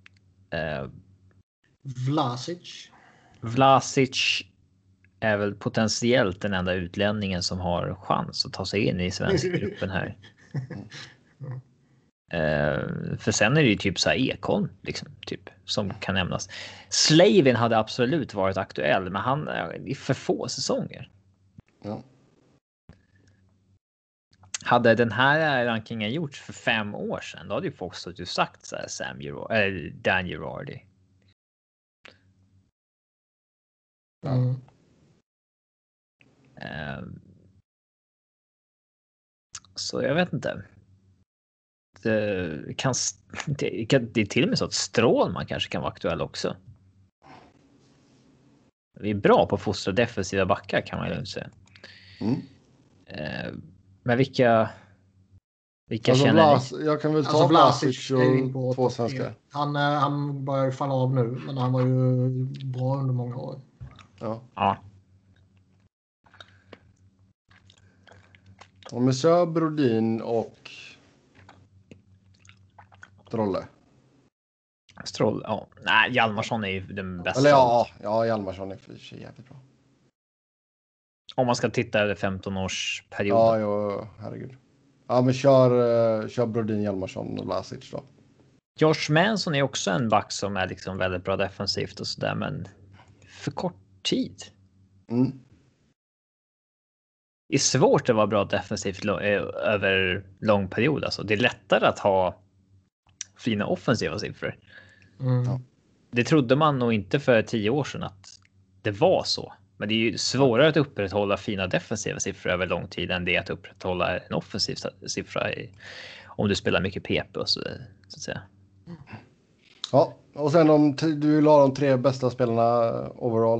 Vlasic är väl potentiellt den enda utlänningen som har chans att ta sig in i svenska gruppen här. För sen är det ju typ så här Ekholm liksom, typ, som kan nämnas. Slavin hade absolut varit aktuell, men han är för få säsonger. Ja. Hade den här rankingen gjorts för 5 år sedan, då hade ju folk stått och sagt så här Dan Girardi. Så jag vet inte. Det är till och med så att Strålman kanske kan vara aktuell också. Vi är bra på att fostra defensiva backar, kan man ju säga. Men vilka alltså, känner ni? Jag kan väl ta Vlasic och 2 svenskar. Han börjar falla av nu, men han var ju bra under många år. Ja. Om vi kör Brodin och Stroll, ja. Nej, Hjalmarsson är ju den bästa. Eller ja, Hjalmarsson är för sig jävligt bra. Om man ska titta över 15-årsperioden. Ja, herregud. Ja, men kör Brodin, Hjalmarsson och Vlasic då. Josh Manson är också en back som är liksom väldigt bra defensivt och sådär, men för kort tid. Det är svårt att vara bra defensivt över lång period. Alltså, det är lättare att ha fina offensiva siffror. Det trodde man nog inte för 10 år sedan att det var så. Men det är ju svårare att upprätthålla fina defensiva siffror över lång tid än det att upprätthålla en offensiv siffra om du spelar mycket PP och så att säga. Ja, och sen om du vill ha de 3 bästa spelarna overall.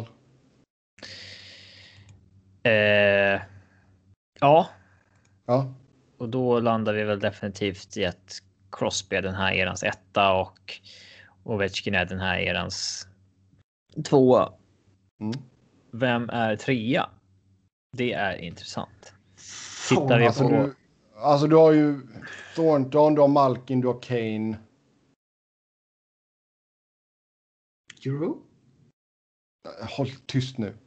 Ja. Och då landar vi väl definitivt i att Crosby är den här erans 1 och Ovechkin är den här erans 2. Vem är 3? Det är intressant. Tittar vi på... Alltså du har ju Thornton, du har Malkin, du har Kane. Euro? Håll tyst nu.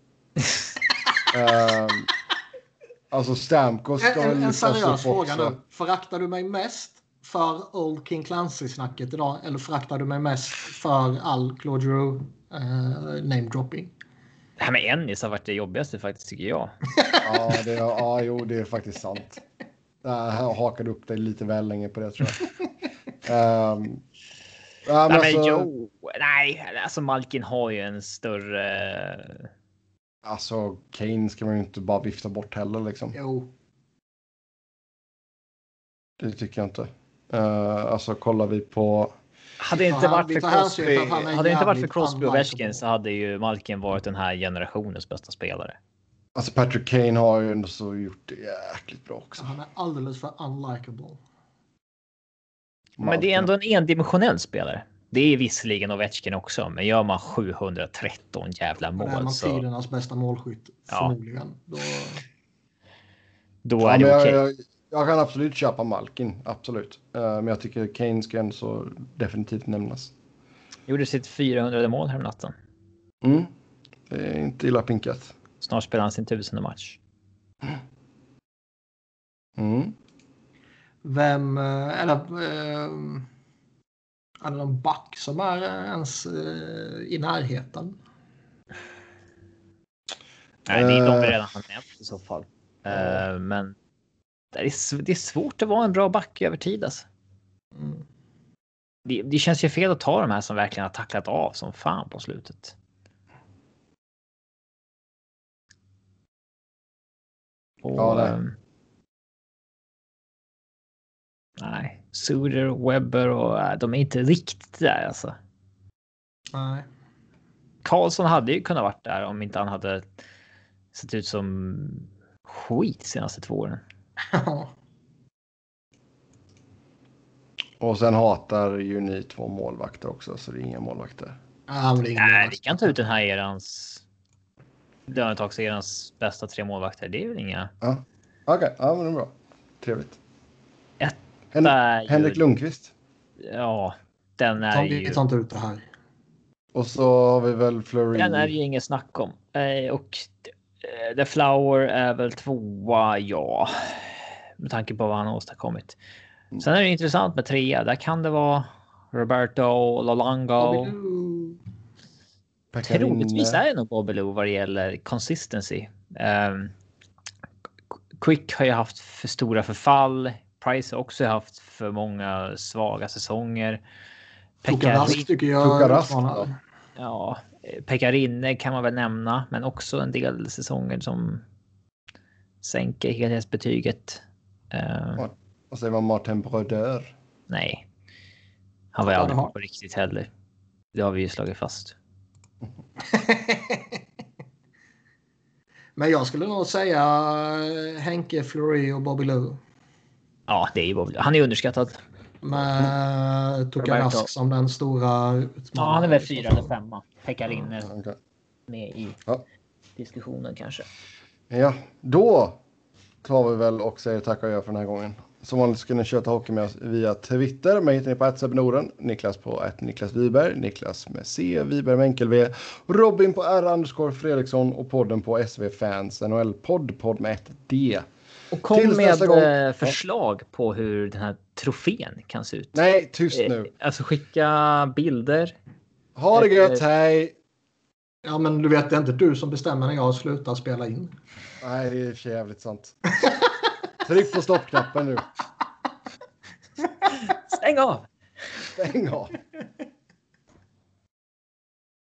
Alltså Stamkos ska väl en seriös fråga nu. Föraktar du mig mest för Old King Clancy-snacket idag, eller föraktar du mig mest för all Claude Giroux name-dropping? Det här med Ennis har varit det jobbigaste faktiskt, tycker jag. Det är faktiskt sant. Jag hakade upp dig lite väl länge på det, tror jag. Alltså Malkin har ju en större... Alltså Kane ska man ju inte bara vifta bort heller liksom. Jo. Det tycker jag inte. Alltså kollar vi på... Hade det inte varit för Crosby och Ovechkin så hade ju Malkin varit den här generationens bästa spelare. Alltså Patrick Kane har ju ändå så gjort det jäkligt bra också. Han är alldeles för unlikable. Men det är ändå en endimensionell spelare. Det är visserligen Ovechkin också, men gör man 713 jävla mål. Det är man tidernas bästa målskytt, förmodligen. Då är det okej. Jag kan absolut köpa Malkin, absolut. Men jag tycker Kane ska ändå så definitivt nämnas. Gjorde sitt 400 mål här natten. Det är inte illa pinkat. Snart spelar han sin 1000:e match. Vem, eller är det någon back som är ens i närheten? Nej, det är de vi redan har nämnt i så fall. Men det är svårt att vara en bra back över tid. Alltså. Det känns ju fel att ta de här som verkligen har tacklat av som fan på slutet. Och, nej. Nej, Suter, Webber och de är inte riktigt där alltså. Nej. Karlsson hade ju kunnat varit där om inte han hade sett ut som skit senaste 2 åren. Och sen hatar ju ni 2 målvakter också, så det är inga målvakter. Ja, men det är ingen Nej, målvakt. vi kan ta ut den här erans bästa 3 målvakter. Det är väl inga. Ja, okej. Ja, men det är bra. Trevligt. Är ju- Henrik Lundqvist. Ja, den är Det ju. är sånt ut det här. Och så har vi väl Fleury. Den är ju inget snack om. Och The Flower är väl 2, ja. Med tanke på vad han har åstadkommit. Sen är det intressant med 3. Där kan det vara Roberto Luongo. Troligtvis är det nog Bobby Lou vad det gäller consistency. Quick har ju haft för stora förfall. Price har också haft för många svaga säsonger. Rask tycker jag. Tukarask, ja, Pekarinne kan man väl nämna, men också en del säsonger som sänker helhetsbetyget. Och så var Martin Brodeur. Nej, han var ju aldrig på riktigt heller. Det har vi ju slagit fast. Men jag skulle nog säga Henke, Fleury och Bobby Lou. Ja, det är ju Bobby Lou. Han är underskattad. Med Tukarask som den stora utmanaren. Ja, han är väl 4 eller 5. Pekarinne med i diskussionen kanske. Ja, då tar vi väl och säger tack och gör för den här gången. Som vanligt ska ni köta hockey med oss via Twitter. Mig hittar ni på @sebnorden, Niklas på @Niklas Wiberg, Niklas med C, Wiberg med enkel V, Robin på R_Fredriksson och podden på SV Fans NHL-podd med 1D. Och kom med förslag på hur den här trofén kan se ut. Nej, tyst nu. Alltså skicka bilder. Ha det gött, hej! Ja, men du vet, det är inte du som bestämmer när jag slutar spela in. Nej, det är för jävligt sant. Tryck på stoppknappen nu. Stäng av! Stäng av.